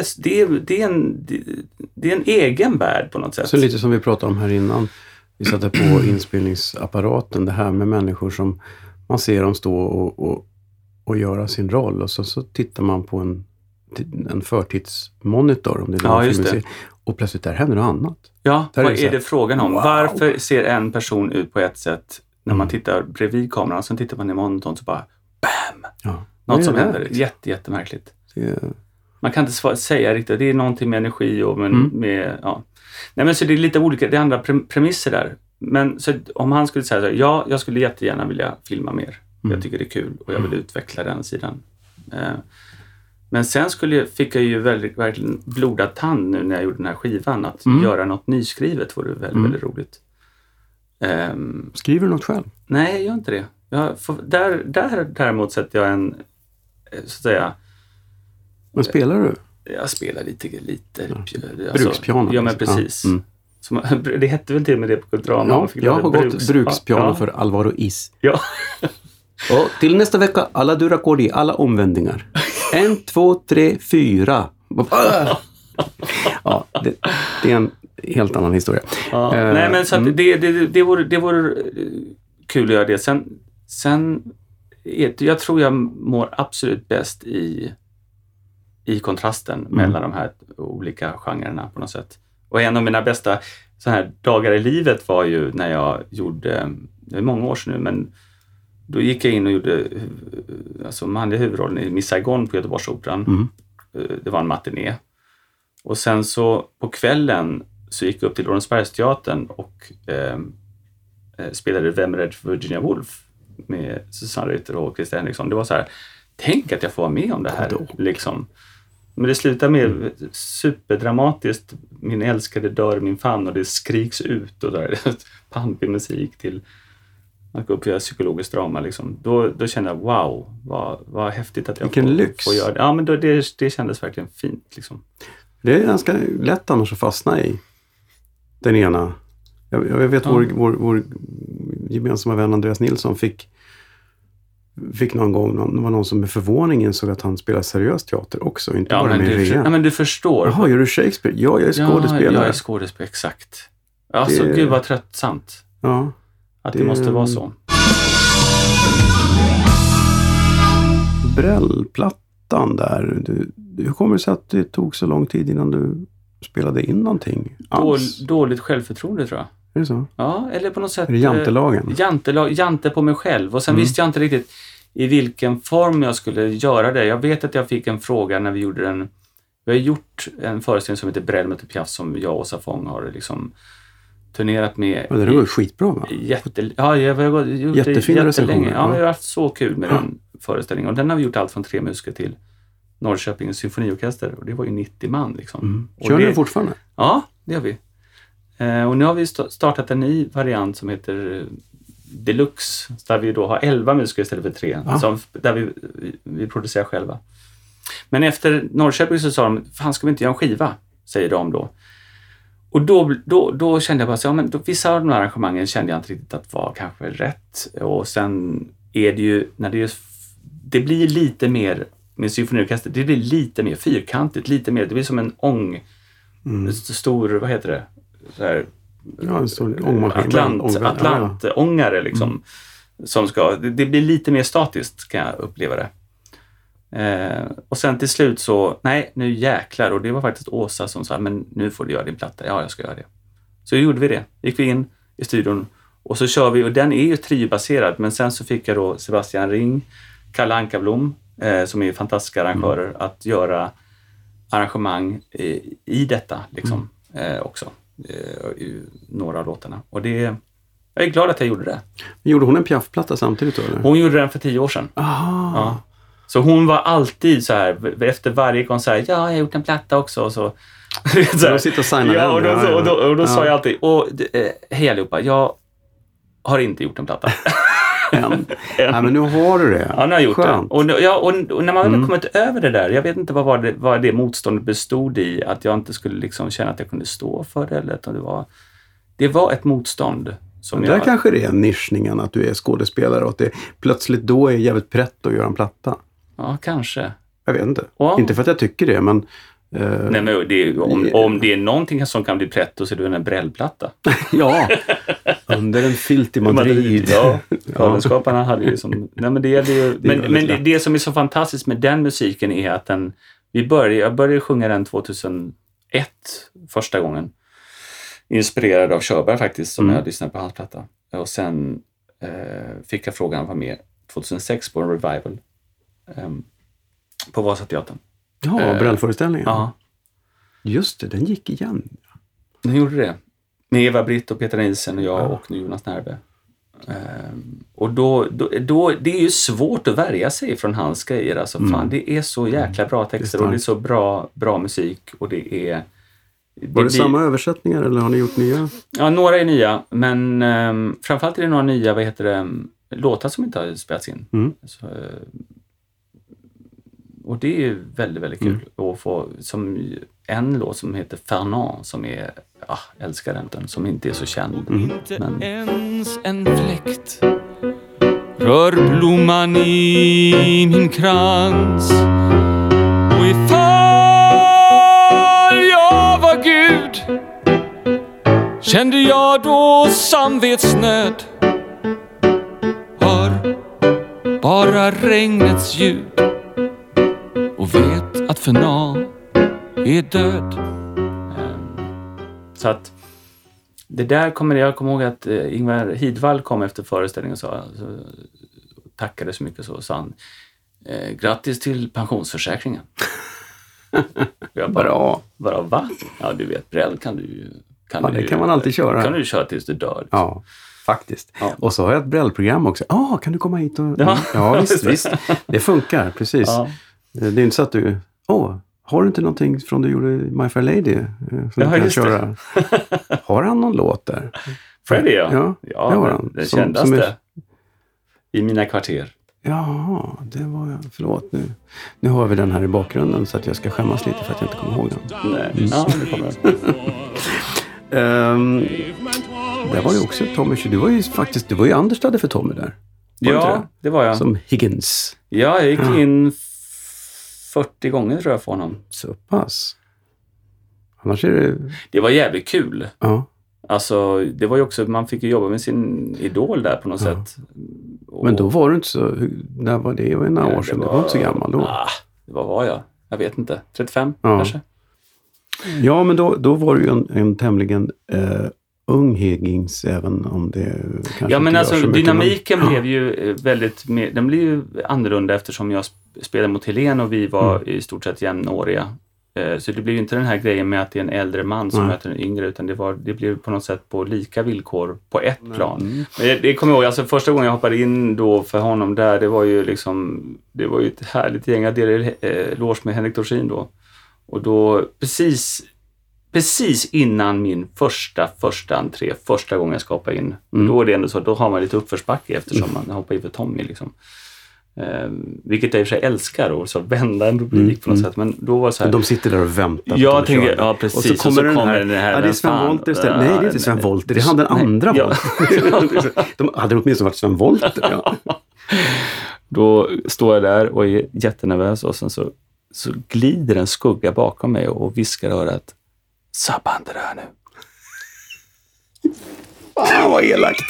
är en egen värld på något sätt. Så lite som vi pratade om här innan. Vi satte på inspelningsapparaten. Det här med människor som man ser dem stå och göra sin roll. Och så tittar man på en en förtidsmonitor om det är någon just det. Och plötsligt där händer något annat. Ja, där vad är det frågan om? Wow. Varför ser en person ut på ett sätt när man tittar bredvid kameran och sen tittar man i monitorn så bara BAM! Ja. Något som händer. Jättemärkligt. Man kan inte säga riktigt. Det är någonting med energi och med ja. Nej, men så det är lite olika. Det är andra premisser där. Men så om han skulle säga så här, ja, jag skulle jättegärna vilja filma mer. Jag tycker det är kul och jag vill utveckla den sidan. Men sen fick jag ju verkligen blodad tand nu när jag gjorde den här skivan. Att göra något nyskrivet vore väldigt roligt. Skriver du något själv? Nej, jag gör inte det. Däremot sätter jag en, så att säga... Men spelar du? Jag spelar lite. Brukspiano? Ja, men precis. Ja. Det hette väl till med det på Kulturama. Ja, jag har gått brukspiano för Alvaro Is. Ja. Och till nästa vecka, alla durakordi, alla omvändningar. 1, 2, 3, 4. Ja, det är en helt annan historia. Ja. Nej, men så att det vore kul att göra det. Sen jag tror jag mår absolut bäst i kontrasten mellan de här olika genrerna på något sätt. Och en av mina bästa så här dagar i livet var ju när jag gjorde, det är många år sedan nu, men då gick jag in och gjorde manliga huvudrollen i Miss Saigon på Göteborgsoperan. Det var en matiné. Och sen så på kvällen så gick jag upp till Lorensbergsteatern och spelade Vem är rädd för Virginia Woolf med Susanne Rytter och Christer Henriksson. Det var så här, tänk att jag får vara med om det här. Liksom. Men det slutar med superdramatiskt. Min älskade dör min fan och det skriks ut och där pampig musik till att gå upp och göra psykologiskt drama. Liksom. Då kände jag, wow, vad häftigt att jag får göra det. Ja, men det kändes verkligen fint. Liksom. Det är ganska lätt annars att fastna i den ena. Jag vet vår gemensamma vän Andreas Nilsson fick någon gång, det var någon som med förvåning insåg att han spelar seriös teater också, inte bara med revyen. Ja, men du förstår. Jaha, gör du Shakespeare? Ja, jag är skådespelare. Ja, jag är skådespelare, exakt. Alltså, gud vad tröttsamt. Ja. Att det måste vara så. Brällplattan där, hur kommer det sig att det tog så lång tid innan du spelade in någonting? Dåligt självförtroende, tror jag. Är det så? Ja, eller på något sätt... Är det jantelagen? Jante på mig själv. Och sen visste jag inte riktigt i vilken form jag skulle göra det. Jag vet att jag fick en fråga när vi gjorde vi har gjort en föreställning som heter Brel möter Piaf som jag och Åsa Fång har liksom turnerat med. Ja, det var skitbra, va? Jag har gjort jättefina recensioner. Ja, vi har haft så kul med den föreställningen. Och den har vi gjort allt från 3 musiker till Norrköpings symfoniorkester. Och det var ju 90 man liksom. Kör ni fortfarande? Ja, det gör vi. Och nu har vi startat en ny variant som heter Deluxe. Där vi då har 11 musiker istället för 3. Där vi producerar själva. Men efter Norrköping så sa de, fan ska vi inte göra en skiva? Säger de då. Och då kände jag bara så, ja, men vissa av de här arrangemangen kände jag inte riktigt att var kanske rätt. Och sen är det ju, när det blir lite mer med symfoniorkester, det blir lite mer fyrkantigt, lite mer, det blir som en stor, vad heter det? Så här, en stor ångmaskin. Atlantångare liksom. Som det blir lite mer statiskt, kan jag uppleva det. Och sen till slut så, nej, nu jäklar. Och det var faktiskt Åsa som sa, men nu får du göra din platta. Ja, jag ska göra det. Så gjorde vi det. Gick vi in i studion och så kör vi, och den är ju triobaserad. Men sen så fick jag då Sebastian Ring, Kalle Ankarblom, som är fantastiska arrangörer, att göra arrangemang i detta liksom, också. I några av låtarna. Och jag är glad att jag gjorde det. Gjorde hon en Piaf-platta samtidigt då? Eller? Hon gjorde den för 10 år sedan. Aha. Ja. Så hon var alltid så här, efter varje konsert, ja, jag har gjort en platta också. Och så sitter och signar den. Och då sa jag alltid, hej allihopa, jag har inte gjort en platta. Nej, men nu har du det. Ja, nu har jag gjort det. Och när man väl kommit över det där, jag vet inte vad det motståndet bestod i, att jag inte skulle liksom känna att jag kunde stå för det, eller att det var ett motstånd. Som där kanske det är nischningen, att du är skådespelare och att det plötsligt då är jävligt prätt att göra en platta. Ja, kanske. Jag vet inte. Inte för att jag tycker det, men... Nej, men om det är någonting som kan bli prätt, så är det en brällplatta. Ja, under en filt i Madrid. Ja, galenskaparna hade ju som... Nej, men det som är så fantastiskt med den musiken är att den Jag började sjunga den 2001 första gången. Inspirerad av Körberg faktiskt, som jag lyssnade på hans platta. Och sen fick jag frågan att vara med 2006 på en revival på Vasateatern. Ja, Brännföreställningen. Ja. Just det, den gick igen. Den gjorde det. Med Eva Britt och Peter Nielsen och jag och Jonas Närbe. Och då, det är ju svårt att värja sig från hans grejer. Alltså, fan, det är så jäkla bra texter och det är så bra musik. Och det är... Var det samma översättningar eller har ni gjort nya? Ja, några är nya. Men framförallt är det några nya, låtar som inte har spelats in. Så, och det är ju väldigt, väldigt kul att få, som en låt som heter Fernand, som är, älskar den, som inte är så känd. Inte ens en fläkt rör blomman i min krans. Och ifall jag var Gud kände jag då samvetsnöd. Hör bara regnets ljud och vet att Fernand är död. Så att det där jag kommer ihåg att Ingvar Hidvall kom efter föreställningen och tackade så mycket, så sa han grattis till pensionsförsäkringen. Jag bara, va? Ja, du vet, Brell kan du det kan man alltid köra. Kan du köra tills du dör. Ja, faktiskt. Ja. Och så har jag ett Brell-program också. Kan du komma hit? Ja, visst. Det funkar, precis. Ja. Det är inte så att du... har du inte någonting från du gjorde My Fair Lady? Som du kan köra? Har han någon låt där? Freddie, ja. Det har han. Det kändaste. I mina kvarter. Ja, det var jag. Förlåt nu. Nu har vi den här i bakgrunden så att jag ska skämmas lite för att jag inte kommer ihåg den. Nej, ja, det kommer jag. Där var det också Tommy. Du var ju understudy för Tommy där. Ja, det var jag. Som Higgins. Ja, jag gick in 40 gånger tror jag för honom. Så pass. Annars är det... Det var jävligt kul. Ja. Alltså, det var ju också, man fick ju jobba med sin idol där på något sätt. Och... Men då var du inte så, när var det? Det var några år sedan, du var inte så gammal då. Vad var jag? Jag vet inte. 35 kanske? Ja, men då var du ju en tämligen ung Higgins, även om det kanske men inte alltså gör så dynamiken blev ju väldigt mer, den blev ju annorlunda eftersom jag spelade mot Helene och vi var i stort sett jämnåriga. Så det blev ju inte den här grejen med att det är en äldre man som möter en yngre, utan det blev på något sätt på lika villkor på ett plan. Men det kommer jag ihåg, alltså första gången jag hoppade in då för honom där, det var ju ett härligt gäng. Jag delade loge med Henrik Dorsin då. Och då precis innan min första entré, första gången jag ska hoppa in, då är det ändå så, då har man lite uppförsbacke eftersom man hoppar in för Tommy liksom. Vilket jag i och för sig älskar och så vända en rubrik på något sätt, men då var det så här, de sitter där och väntar på jag tänker, ja precis, och så kommer den här det är Sven Wollter istället. Nej, det är inte Sven Wollter, det är han den andra Wollter. De hade åtminstone varit Sven Wollter. Då står jag där och är jättenervös och sen så glider en skugga bakom mig och viskar örat: sabba inte det här nu. Vad elakt.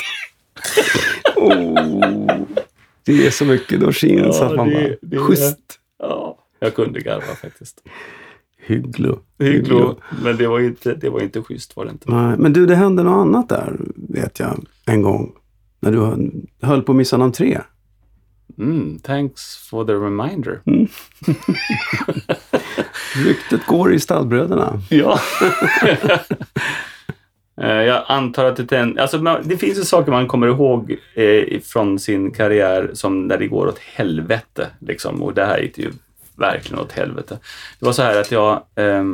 Det är så mycket Dorsin så att man bara, schysst. Ja, jag kunde garva faktiskt. Hygglo. Men det var inte schysst, var det inte. Nej, men du, det hände något annat där, vet jag, en gång. När du höll på att missa en entré. Thanks for the reminder. Ryktet går i stallbröderna. Ja. Jag antar att det finns ju saker man kommer ihåg från sin karriär som när det går åt helvete liksom, och det här gick ju verkligen åt helvete. Det var så här att jag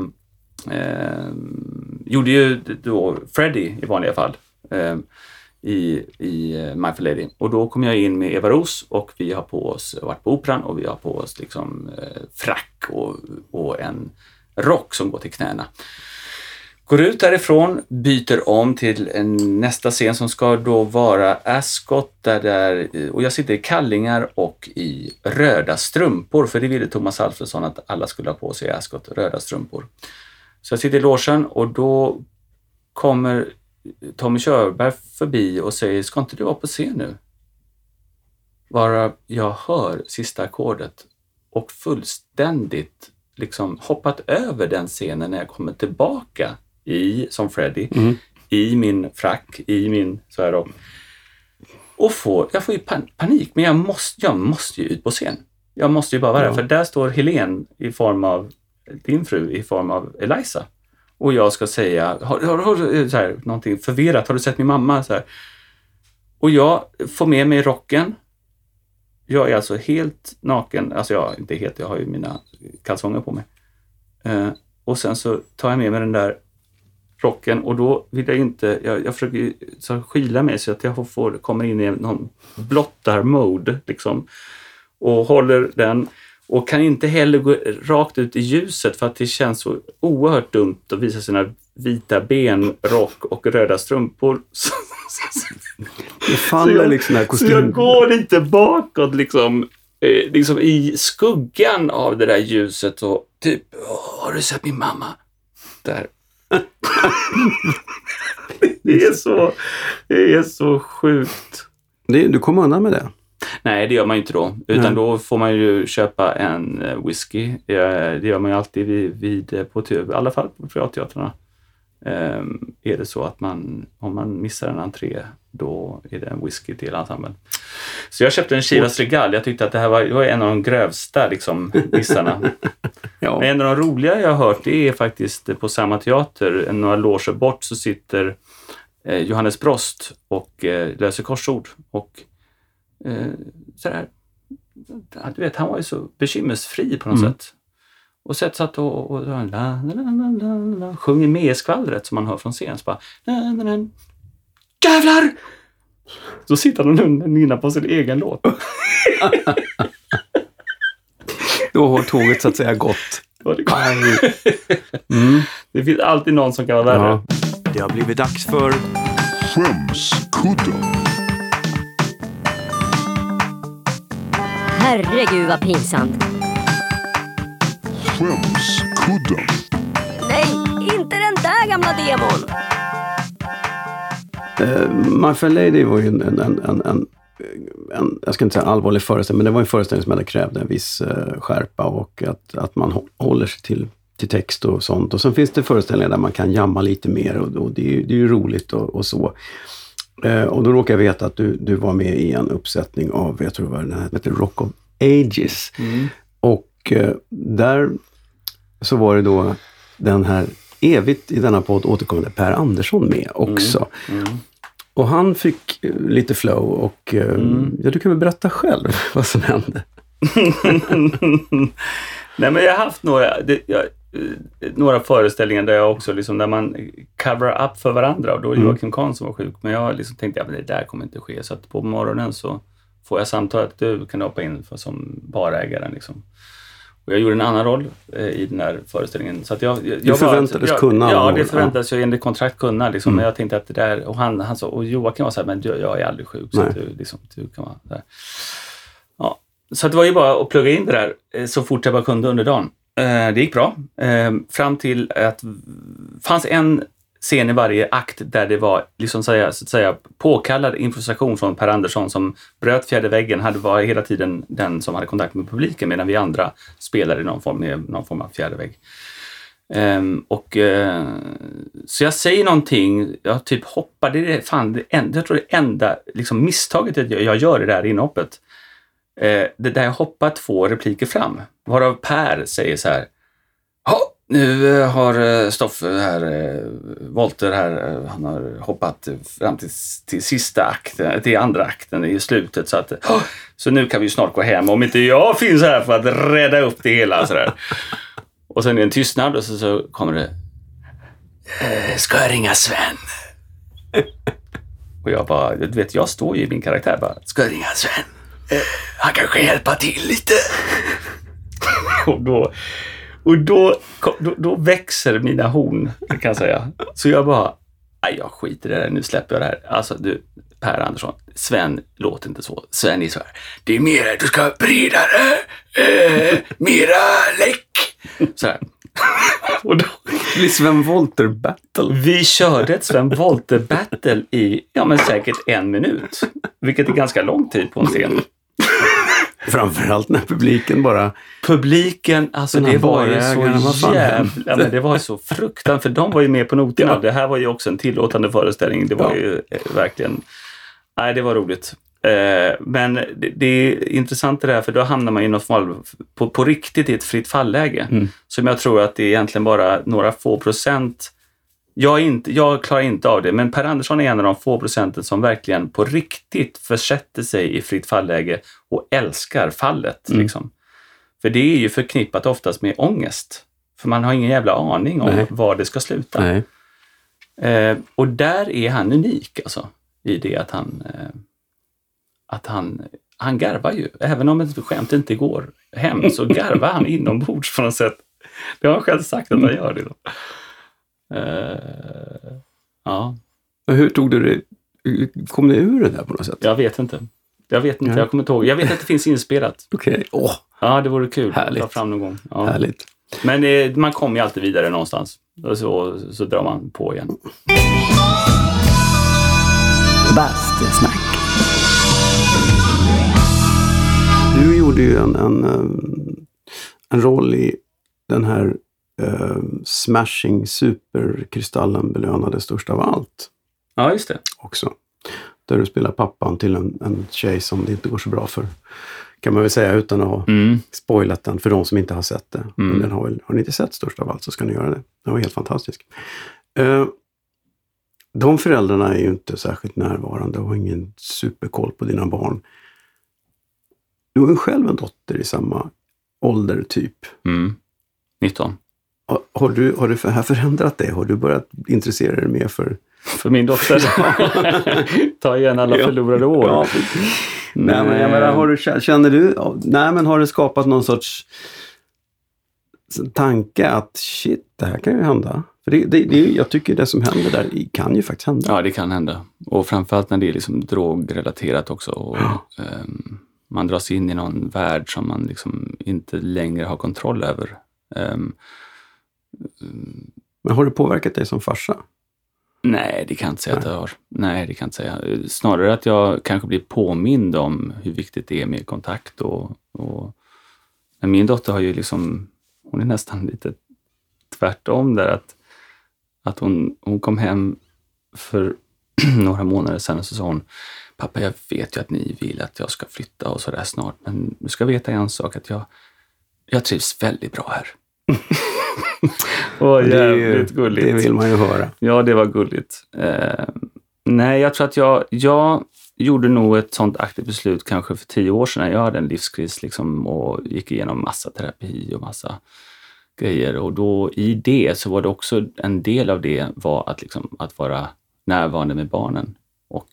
gjorde ju då Freddie i vanliga fall i My Fair Lady, och då kom jag in med Eva Ros och vi har på oss varit på Operan och vi har på oss liksom frack och en rock som går till knäna. Går ut därifrån, byter om till nästa scen som ska då vara Ascot och jag sitter i kallingar och i röda strumpor, för det ville Thomas Alfredsson att alla skulle ha på sig i Ascot, röda strumpor. Så jag sitter i logen och då kommer Tommy Körberg förbi och säger: ska inte du vara på scen nu? Bara jag hör sista ackordet och fullständigt liksom hoppat över den scenen när jag kommer tillbaka som Freddy, i min frack, i min så här då. Och jag får ju panik, men jag måste ju ut på scen. Jag måste ju bara vara där, för där står Helene i form av din fru, i form av Eliza. Och jag ska säga, har så här, någonting förvirrat, har du sett min mamma? Så här. Och jag får med mig rocken. Jag är alltså helt naken, alltså jag inte helt, jag har ju mina kalsonger på mig. Och sen så tar jag med mig den där rocken, och då vill jag inte, jag försöker så skyla mig så att jag kommer in i någon blottar-mode liksom, och håller den, och kan inte heller gå rakt ut i ljuset för att det känns så oerhört dumt att visa sina vita ben, rock och röda strumpor. Det faller liksom här kostym. Så jag går lite bakåt liksom i skuggan av det där ljuset och typ, har du sett min mamma? Där. Det är så sjukt. Du kommer undan med det? Nej, det gör man ju inte då. Utan då får man ju köpa en whisky. Det gör man ju alltid i alla fall på privatteatrarna. Är det så att om man missar en entré, då är det en whisky till ensemblen. Så jag köpte en Chivas Regal. Jag tyckte att det var en av de grövsta liksom, missarna. Men en av de roliga jag har hört, det är faktiskt på samma teater, några loger bort, så sitter Johannes Brost och läser korsord. Och sådär, du vet, han var ju så bekymmersfri på något sätt. Och satt och sjunger med skvallret som man hör från scen. Så bara, jävlar! Så sitter han och nynnar på sin egen låt. Då har tåget så att säga gått. Det finns alltid någon som kan vara värre. Ja. Det har blivit dags för Skämskudden. Herregud vad pinsamt. Skämskudden. Nej, inte den där gamla demon. My Fair Lady var ju en jag ska inte säga allvarlig föreställning, men det var en föreställning som hade krävt en viss skärpa och att man håller sig till text och sånt. Och sen finns det föreställningar där man kan jamma lite mer och det är ju roligt och så. Och då råkar jag veta att du var med i en uppsättning av, jag tror det var heter Rock of Ages. Och där så var det då den här evigt i denna podd återkommande Per Andersson med också. Och han fick lite flow och du kan väl berätta själv vad som hände. Nej, men jag har haft några föreställningar där jag också liksom, där man cover up för varandra, och då är det Joakim Kahn som var sjuk, men jag liksom tänkte att det där kommer inte ske, så att på morgonen så får jag samtal att du kan hoppa in som barägaren liksom. Och jag gjorde en annan roll i den här föreställningen, så att jag förväntades kunna. Ja, det förväntades jag enligt kontrakt kunna liksom, men jag tänkte att det där, och han sa, och Joakim var så här, men jag är aldrig sjuk, så att du kan vara där. Ja, så det var ju bara att plugga in det där så fort jag bara kunde under dagen. Det gick bra. Fram till att fanns en scen i varje akt där det var liksom så att säga påkallad improvisation från Per Andersson som bröt fjärde väggen, var hela tiden den som hade kontakt med publiken, medan vi andra spelade någon form av fjärde vägg. Så jag säger någonting, jag typ hoppar, jag tror det enda liksom misstaget jag gör i det här inhoppet. Det där jag hoppar 2 repliker fram, varav Per säger så här: nu har Stoffe här, Volter här, han har hoppat fram till sista akten, till andra akten i slutet, så att så nu kan vi snart gå hem om inte jag finns här för att rädda upp det hela så där. Och sen är det en tystnad och så kommer det: ska jag ringa Sven? Och jag bara, du vet, jag står ju i min karaktär bara, ska jag ringa Sven? Han kanske hjälpa till lite. Och då växer mina horn, kan jag säga. Så jag bara, jag skiter i det där, nu släpper jag det här. Alltså du, Per Andersson, Sven låter inte så. Sven är så här: det är mera, du ska bredare, mera läck. Så här. Och då blir Sven Volter battle. Vi körde ett Sven Volter battle i, säkert 1 minut. Vilket är ganska lång tid på en scen. Framförallt när publiken bara... Publiken, alltså det var ju så jävla... Men det var ju så fruktansvärt, för de var ju med på noterna. Ja. Det här var ju också en tillåtande föreställning. Det var ju verkligen... Nej, det var roligt. Men det är intressant det där, för då hamnar man i något fall på riktigt i ett fritt fallläge. Som jag tror att det är egentligen bara några få procent. Jag klarar inte av det, men Per Andersson är en av de få procenten som verkligen på riktigt försätter sig i fritt fallläge och älskar fallet. Liksom. För det är ju förknippat oftast med ångest. För man har ingen jävla aning om var det ska sluta. Och där är han unik alltså, i det att han garvar ju. Även om ett skämt inte går hem så garvar han inombords på något sätt. Det har han själv sagt att han gör det då. Ja. Hur tog du det? Kom ni ur det där på något sätt? Jag vet inte. Jag kommer inte ihåg. Jag vet att det finns inspelat. Okej. Ja, det vore kul. Härligt. Ta fram någon gång. Ja. Härligt. Men man kommer ju alltid vidare någonstans. Och så drar man på igen. Bastusnack. Du gjorde ju en roll i den här Smashing Superkristallen belönade störst av allt. Ja, just det. Också. Där du spelar pappan till en tjej som det inte går så bra för. Kan man väl säga utan att ha spoilat den för de som inte har sett det. Men den har ni inte sett störst av allt så ska ni göra det. Den var helt fantastisk. De föräldrarna är ju inte särskilt närvarande och har ingen superkoll på dina barn. Du har ju själv en dotter i samma ålder typ. 19. Har du här förändrat det? Har du börjat intressera dig mer för min dotter? Ta igen alla förlorade år. Ja. Nej, men jag menar, känner du... Nej, men har det skapat någon sorts tanke att shit, det här kan ju hända? För jag tycker det som händer där kan ju faktiskt hända. Ja, det kan hända. Och framförallt när det är liksom drogrelaterat också. Och, man dras in i någon värld som man liksom inte längre har kontroll över. Men har det påverkat dig som farsa? Nej, det kan jag inte säga att jag har. Nej, det kan jag inte säga. Snarare att jag kanske blir påmind om hur viktigt det är med kontakt. Men min dotter har ju liksom, hon är nästan lite tvärtom där. Att hon kom hem för några månader sedan och så sa hon: pappa, jag vet ju att ni vill att jag ska flytta och sådär snart. Men du ska veta en sak, att jag trivs väldigt bra här. Jävligt gulligt. Det vill man ju höra. Ja, det var gulligt. Nej, jag tror att jag gjorde nog ett sånt aktivt beslut kanske för 10 år sedan. Jag hade en livskris liksom, och gick igenom massa terapi och massa grejer. Och då i det så var det också en del av det var att vara närvarande med barnen. Och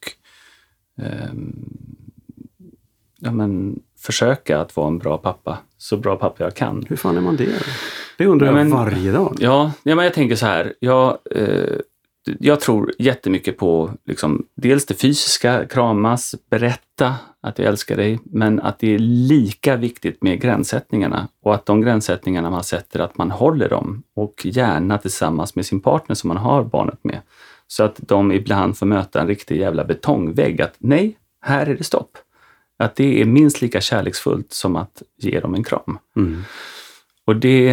försöka att vara en bra pappa. Så bra pappa jag kan. Hur fan är man det? Det undrar jag varje dag. Ja, men jag tänker så här. Jag tror jättemycket på liksom, dels det fysiska, kramas, berätta att jag älskar dig. Men att det är lika viktigt med gränssättningarna. Och att de gränssättningarna man sätter, att man håller dem. Och gärna tillsammans med sin partner som man har barnet med. Så att de ibland får möta en riktig jävla betongvägg. Att nej, här är det stopp. Att det är minst lika kärleksfullt som att ge dem en kram. Och det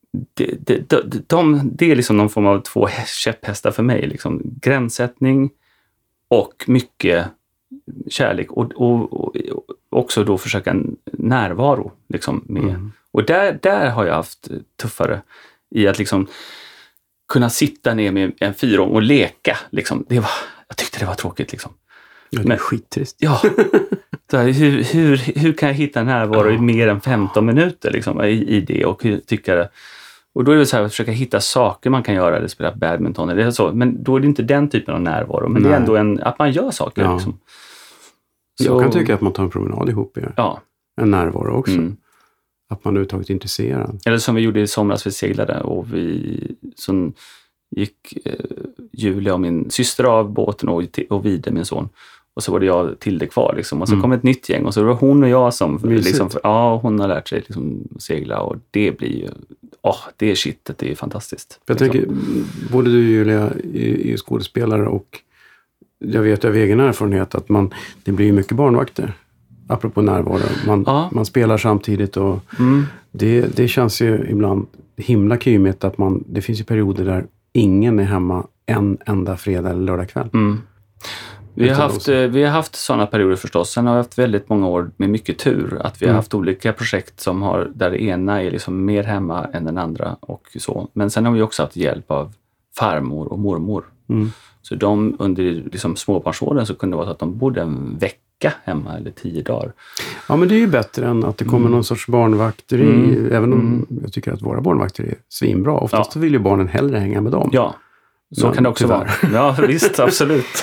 är liksom någon form av 2 käpphästar för mig. Liksom. Gränssättning och mycket kärlek. Och också då försöka en närvaro. Liksom, med. Och där har jag haft tuffare i att liksom kunna sitta ner med en 4-åring och leka. Liksom. Jag tyckte det var tråkigt. Liksom. Ja, det är skittrist. Ja. Så hur kan jag hitta närvaro i mer än 15 minuter liksom, i det och tycka det. Och då är det så här att försöka hitta saker man kan göra eller spela badminton eller så. Men då är det inte den typen av närvaro. Men det är ändå att man gör saker. Ja. Liksom. Jag kan tycka att man tar en promenad ihop. En närvaro också. Att man är överhuvudtaget intresserad. Eller som vi gjorde i somras, vi seglade och så gick Julia och min syster av båten och Vide, min son. Och så var det jag till det kvar liksom. Och så kom ett nytt gäng och så var det hon och jag som liksom, hon har lärt sig liksom segla och det blir ju det är shitet, det är fantastiskt. Jag tänker, både du och Julia är ju skådespelare och jag vet av egen erfarenhet att det blir mycket barnvakter. apropå närvaro. Man spelar samtidigt och det känns ju ibland himla kymigt att det finns ju perioder där ingen är hemma en enda fredag eller lördagkväll. Vi har haft sådana perioder förstås. Sen har vi haft väldigt många år med mycket tur. Att vi har haft olika projekt där det ena är liksom mer hemma än den andra och så. Men sen har vi också haft hjälp av farmor och mormor. Så de under liksom småbarnsåren så kunde det vara så att de bodde en vecka hemma eller 10 dagar. Ja, men det är ju bättre än att det kommer någon sorts barnvakteri. Även om jag tycker att våra barnvakter är svinbra. Oftast så vill ju barnen hellre hänga med dem. Ja, så kan det också vara. Ja, visst, absolut.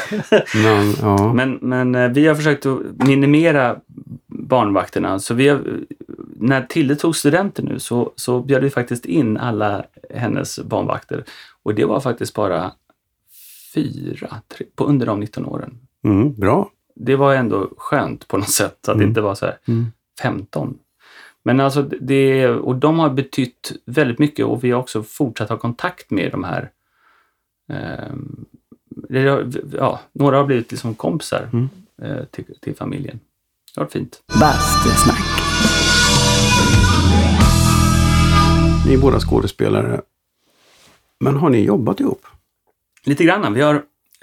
Men vi har försökt att minimera barnvakterna. Så när Tilde tog studenter nu så bjöd vi faktiskt in alla hennes barnvakter. Och det var faktiskt bara 4 under de 19 åren. Bra. Det var ändå skönt på något sätt. Så att det inte var så här 15. Men alltså och de har betytt väldigt mycket. Och vi har också fortsatt ha kontakt med de här. Några har blivit liksom kompisar till familjen. Det har varit fint. Bastusnack. Ni är båda skådespelare. Men har ni jobbat ihop? Lite grann. Vi har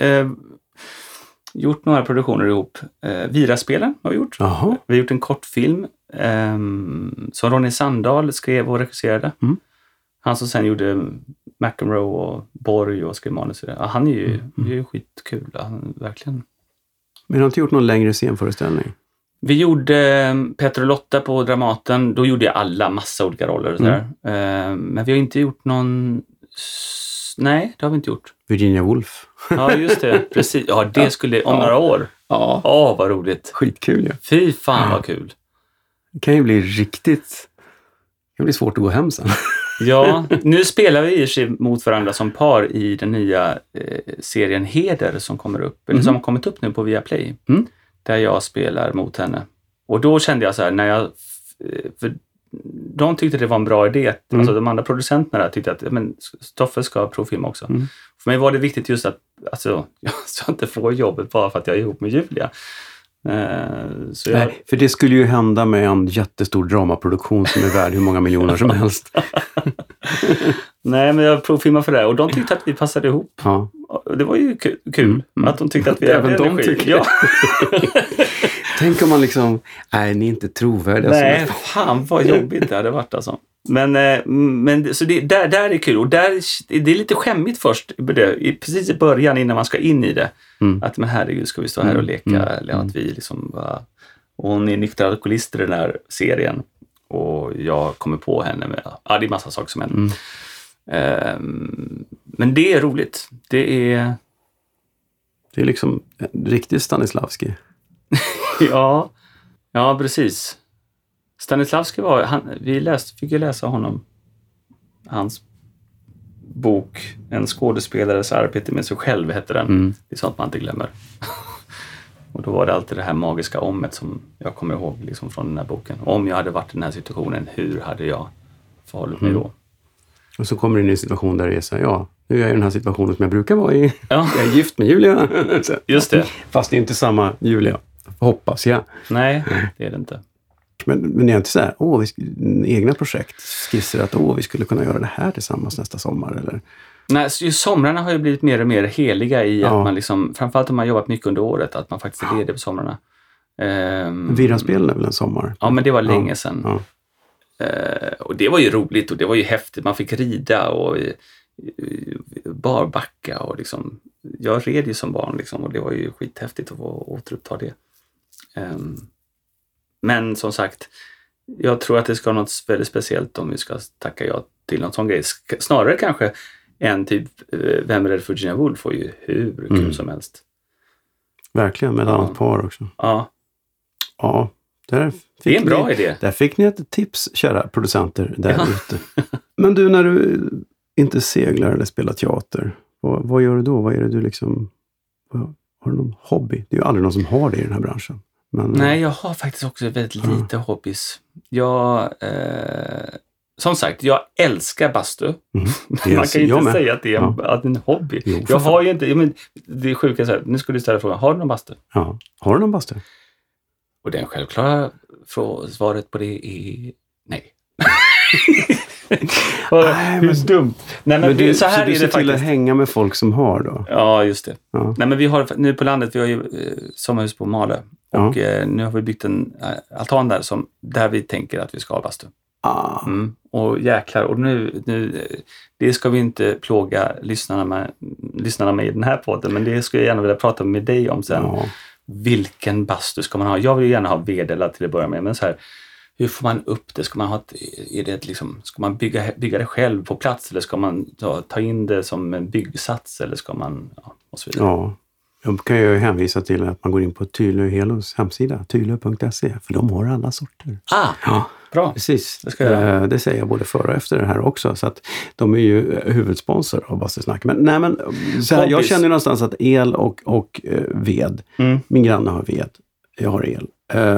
gjort några produktioner ihop. Viraspelen har vi gjort. Jaha. Vi har gjort en kortfilm som Ronny Sandahl skrev och regisserade. Han som sen gjorde McEnroe och Borg och skrev manus. Han är ju skitkul. Verkligen. Men har inte gjort någon längre scenföreställning? Vi gjorde Peter och Lotta på Dramaten. Då gjorde jag alla massa olika roller. Och sådär. Men vi har inte gjort någon... Nej, det har vi inte gjort. Virginia Woolf. Ja, just det. Precis. Ja, det skulle om några år. Ja, vad roligt. Skitkul, ja. Fy fan vad kul. Det kan ju bli riktigt... Det kan bli svårt att gå hem sen. Ja, nu spelar vi i mot varandra som par i den nya serien Heder som kommer upp. Eller som har kommit upp nu på Viaplay. Där jag spelar mot henne. Och då kände jag så här, för de tyckte det var en bra idé. Alltså de andra producenterna där tyckte att Stoffe ska provfilma också. För mig var det viktigt just att jag inte får jobbet bara för att jag är ihop med Julia. Nej, för det skulle ju hända med en jättestor dramaproduktion som är värd hur många miljoner som helst. Nej, men jag provfilmade för det och de tyckte att vi passade ihop. Ja. Det var ju kul att de tyckte att vi även de tycker. Ja. Tänk om man liksom, nej, ni är inte trovärdiga. Nej, fan vad jobbigt det hade varit alltså. Men så där är kul och det är lite skämmigt först precis i början innan man ska in i det. Att men herregud, ska vi stå här och leka eller att vi liksom bara, och hon är nyktra alkoholister i den här serien och jag kommer på henne med, det är massa saker som händer. Men det är roligt. Det är liksom riktigt Stanislavski. Ja, precis. Stanislavski fick ju läsa honom, hans bok En skådespelares arbete med sig själv heter den. Det är sånt man inte glömmer. Och då var det alltid det här magiska ommet som jag kommer ihåg liksom från den här boken. Om jag hade varit i den här situationen, hur hade jag förhållit mig då? Och så kommer du in i en situation där det är så här, nu är jag i den här situationen som jag brukar vara i. Ja. Jag är gift med Julia. Just det. Fast det är inte samma Julia, hoppas jag. Nej, det är det inte. Men det är inte så här, egna projekt, skisser att vi skulle kunna göra det här tillsammans nästa sommar eller? Nej, somrarna har ju blivit mer och mer heliga i att man liksom, framförallt om man jobbat mycket under året, att man faktiskt är ledig på somrarna. Viraspelen är väl en sommar? Ja, men det var länge sedan. Ja. Och det var ju roligt och det var ju häftigt. Man fick rida och barbacka och liksom, jag red ju som barn liksom, och det var ju skithäftigt att få återuppta det. Men som sagt, jag tror att det ska vara något väldigt speciellt om vi ska tacka ja till någon sån grej. Snarare kanske en typ Vem är rädd för Virginia Woolf får ju hur kul som helst. Verkligen, med ett annat par också. Ja. Ja, det är en bra idé. Där fick ni ett tips, kära producenter där ute. Men du, när du inte seglar eller spelar teater, vad gör du då? Vad är det du liksom... Har du någon hobby? Det är ju aldrig någon som har det i den här branschen. Men, nej, jag har faktiskt också väldigt lite hobbys. Som sagt, jag älskar bastu. Man kan ju inte säga att det är en hobby. Jo, jag har ju inte... det är sjuka så här, nu skulle du ställa frågan, har du någon bastu? Ja, har du någon bastu? Och den självklara svaret på det är nej. Hur dumt. Nej, men du, så här du är ser det till faktiskt. att hänga med folk som har då? Ja, just det. Ja. Nej, men vi har nu på landet, vi har ju sommarhus på Malö. Ja. Och nu har vi byggt en altan där vi tänker att vi ska ha bastu. Och jäklar, och nu det ska vi inte plåga lyssnarna med i den här podden, men det skulle jag gärna vilja prata med dig om sen. Ja. Vilken bastu ska man ha? Jag vill gärna ha vedeldad till att börja med, men så här, hur får man upp det? Ska man ha ska man bygga det själv på plats, eller ska man ta in det som en byggsats, eller ska man och så vidare? Ja. Jag kan ju hänvisa till att man går in på Tylö Helos hemsida, tylö.se, för de har alla sorter. Ja, bra. Precis. Det ska jag göra. Det säger jag både före och efter det här också, så att de är ju huvudsponsor av Bastusnack. Men så här, jag känner någonstans att el och ved, min granne har ved, jag har el.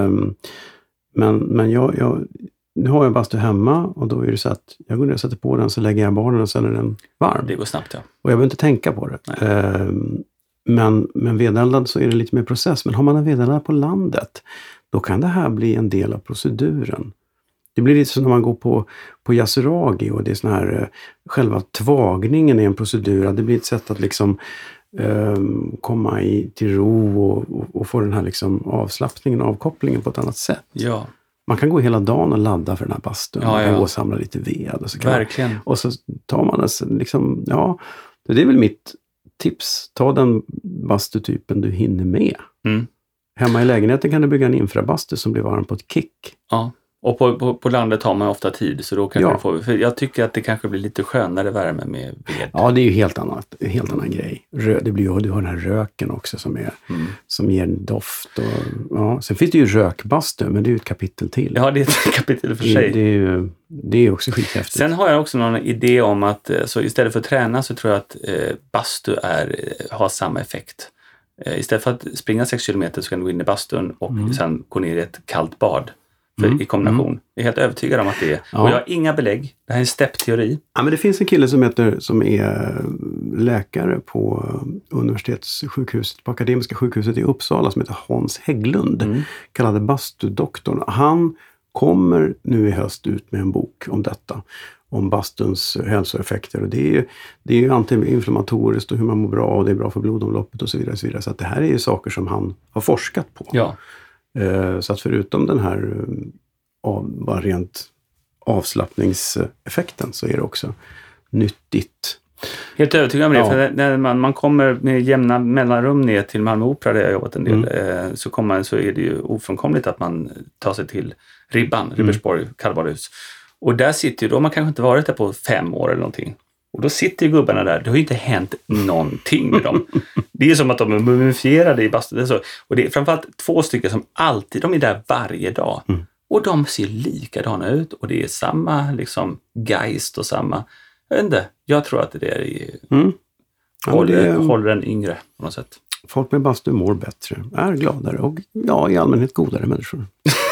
Men jag nu har jag bastu hemma, och då är det så att jag går ner och sätter på den, så lägger jag barnen och sen är den varm. Det går snabbt, ja. Och jag behöver inte tänka på det. Men vedeldad så är det lite mer process. Men har man en vedeldad på landet, då kan det här bli en del av proceduren. Det blir lite som när man går på yasuragi, och det är sån här, själva tvagningen är en procedur. Det blir ett sätt att liksom komma till ro och få den här liksom avslappningen och avkopplingen på ett annat sätt. Ja. Man kan gå hela dagen och ladda för den här bastun. Ja. Och samla lite ved. Och så Verkligen. och så tar man liksom, det är väl mitt tips. Ta den bastutypen du hinner med. Hemma i lägenheten kan du bygga en infrabastu som blir varm på ett kick. Ja. Och på landet har man ofta tid, så då kanske för jag tycker att det kanske blir lite skönare värme med ved. Ja, det är ju helt annan grej. Du har den här röken också som ger en doft. Sen finns det ju rökbastu, men det är ju ett kapitel till. Ja, det är ett kapitel för sig. Det är också skithäftigt. Sen har jag också någon idé om att så istället för att träna, så tror jag att bastu har samma effekt. Istället för att springa 6 kilometer så kan du gå in i bastun och sen gå ner i ett kallt bad. I kombination. Jag är helt övertygad om att det är. Och jag har inga belägg. Det här är en steppteori. Ja, men det finns en kille som är läkare på universitetssjukhuset, på Akademiska sjukhuset i Uppsala, som heter Hans Hägglund. Kallade bastudoktorn. Han kommer nu i höst ut med en bok om detta. Om bastuns hälsoeffekter. Och det är ju antiinflammatoriskt och hur man mår bra, och det är bra för blodomloppet och så vidare. Och så vidare. Så att det här är ju saker som han har forskat på. Ja. Så att förutom den här bara rent avslappningseffekten, så är det också nyttigt. Helt övertygad om det. För när man kommer med jämna mellanrum ner till Malmö Opera, där jag har jobbat en del, så är det ju ofrånkomligt att man tar sig till Ribersborg kallbadhus. Och där sitter ju då, man kanske inte varit där på 5 år eller någonting. Och då sitter ju gubbarna där. Det har ju inte hänt någonting med dem. Det är som att de är mumifierade i bastun. Och det är framförallt 2 stycken som alltid, de är där varje dag. Och de ser likadana ut. Och det är samma liksom geist och samma, jag vet inte. Jag tror att det är håller en yngre på något sätt. Folk med bastu mår bättre, är gladare och i allmänhet godare människor.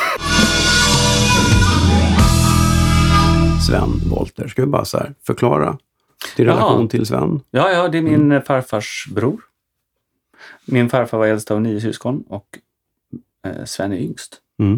Sven Wolter, ska vi bara så här förklara din relation till Sven? Ja, det är min farfars bror. Min farfar var äldst av 9 syskon och Sven är yngst.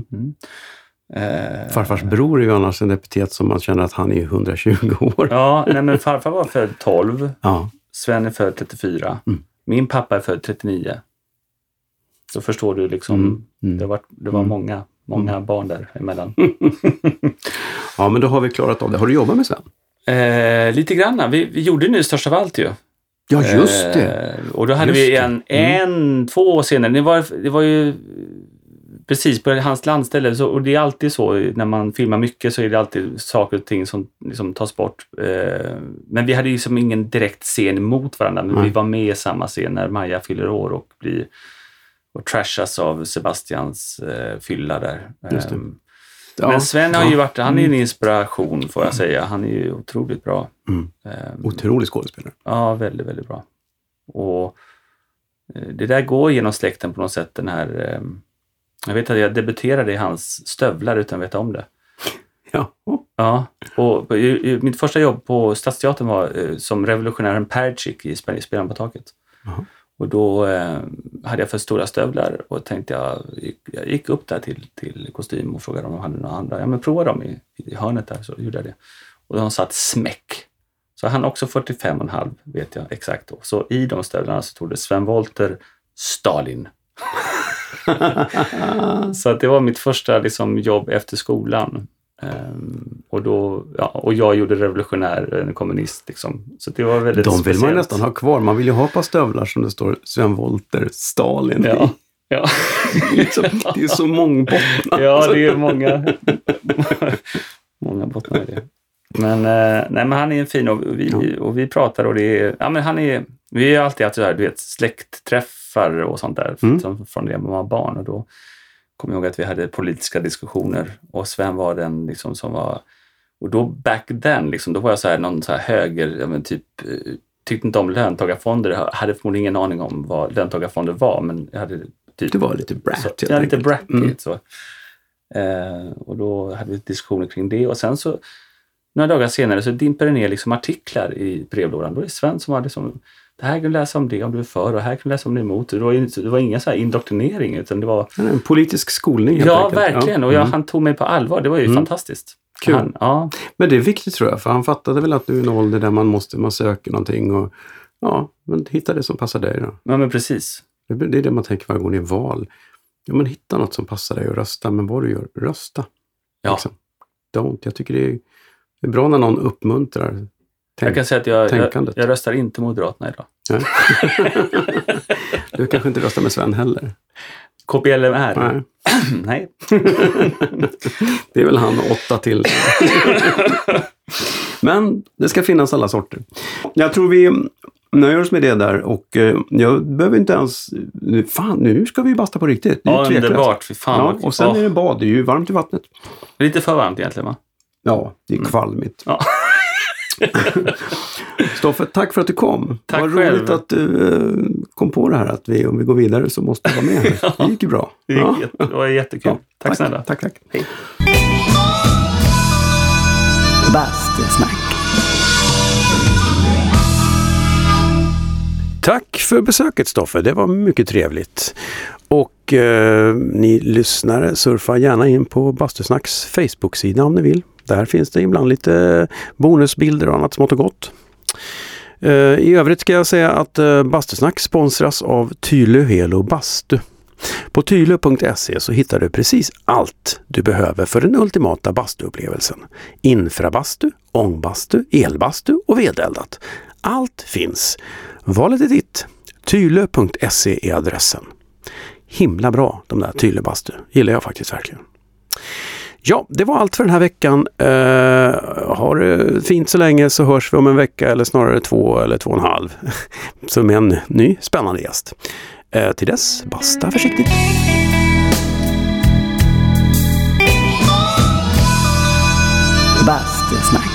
Farfars bror är ju annars en epitet som man känner att han är 120 år. Ja, men farfar var född 12. Ja. Sven är född 34. Min pappa är född 39. Så förstår du liksom, det var många barn där emellan. Ja, men då har vi klarat av det. Har du jobbat med Sven? Lite grann. Vi gjorde nu Störst av allt ju. Ja, just det. Och då hade vi 2 år senare. Det var ju precis på hans landställe. Så, och det är alltid så, när man filmar mycket så är det alltid saker och ting som liksom tas bort. Men vi hade ju som ingen direkt scen mot varandra. Men vi var med i samma scen när Maja fyller år och trashas av Sebastians fylla där. Just det. Men Sven har ju varit, han är en inspiration får jag säga. Han är ju otroligt bra. Otrolig skådespelare. Ja, väldigt, väldigt bra. Och det där går genom släkten på något sätt, den här... Jag vet att jag debuterade i hans stövlar utan att veta om det. Ja, och mitt första jobb på Stadsteatern var som revolutionären Perchik i Spelaren på taket. Och då hade jag för stora stövlar och tänkte jag gick upp där till kostym och frågade om de hade några andra. Ja, men prova dem i hörnet där, så gjorde jag det. Och de satt smäck. Så han också 45,5 vet jag exakt då. Så i de stövlarna så stod det Sven Wollter, Stalin. Så att det var mitt första liksom, jobb efter skolan. Och jag gjorde revolutionär kommunist liksom. Så det var väldigt De vill speciellt. man nästan ha kvar. Man vill ju ha på stövlar som det står Sven Wollter, Stalin. Ja. Det är så mångbottnat. Ja, det är många bottnar i det. Men han är en fin och vi pratar och det är, ja men vi har alltid haft så här, du vet, släktträffar och sånt där från det man var barn, och då kommer jag ihåg att vi hade politiska diskussioner och Sven var den liksom som var, och då back then liksom, då var jag så här någon så här höger, ja men typ tyckte inte om löntagarfonder, hade förmodligen ingen aning om vad löntagarfonder var, men jag hade typ, Du var lite brat. Jag lite brattigt så. Och då hade vi diskussioner kring det, och sen så några dagar senare så dimper det ner liksom artiklar i brevlådan. Då är det Sven som hade liksom, det här kan du läsa om det om du är för, och här kan du läsa om det emot. Det var ingen så här indoktrinering, utan det var en politisk skolning. Ja, verkligen. Och han tog mig på allvar. Det var ju fantastiskt. Kul. Men det är viktigt tror jag, för han fattade väl att du är en ålder där man söker någonting och men hitta det som passar dig då. Ja, men precis. Det är det man tänker varje gång det är val. Ja, men hitta något som passar dig och rösta, men vad du gör, rösta. Ja. Liksom. Jag tycker det är bra när någon uppmuntrar jag kan säga att jag röstar inte Moderaterna idag. Nej. Du kanske inte röstar med Sven heller. KPLMR? Nej. Nej. Det är väl han 8 till. Men det ska finnas alla sorter. Jag tror vi nöjer oss med det där, och jag behöver inte ens... nu ska vi basta på riktigt. Det är underbart. Fy fan. Och sen är det bad. Det är ju varmt i vattnet. Lite för varmt egentligen, va? Ja, det är kvalmigt. Ja. Stoffe, tack för att du kom. Tack Vad själv. roligt att du kom på det här, att om vi går vidare så måste du vara med här. Det gick ju bra. Det var jättekul. Tack snälla. Tack. Hej. Bastusnack. Tack för besöket, Stoffe. Det var mycket trevligt. Och ni lyssnare, surfa gärna in på Bastusnacks Facebook-sida om ni vill. Där finns det ibland lite bonusbilder och annat smått och gott. I övrigt ska jag säga att Bastusnack sponsras av Tylö Helo Bastu. På tylö.se så hittar du precis allt du behöver för den ultimata bastuupplevelsen. Infrabastu, ångbastu, elbastu och vedeldat. Allt finns. Valet är ditt. Tylö.se är adressen. Himla bra, de där Tylö Bastu. Gillar jag faktiskt verkligen. Ja, det var allt för den här veckan. Ha det fint så länge, så hörs vi om en vecka, eller snarare 2 eller 2,5. Så med en ny spännande gäst. Till dess, basta försiktigt. Bastusnack.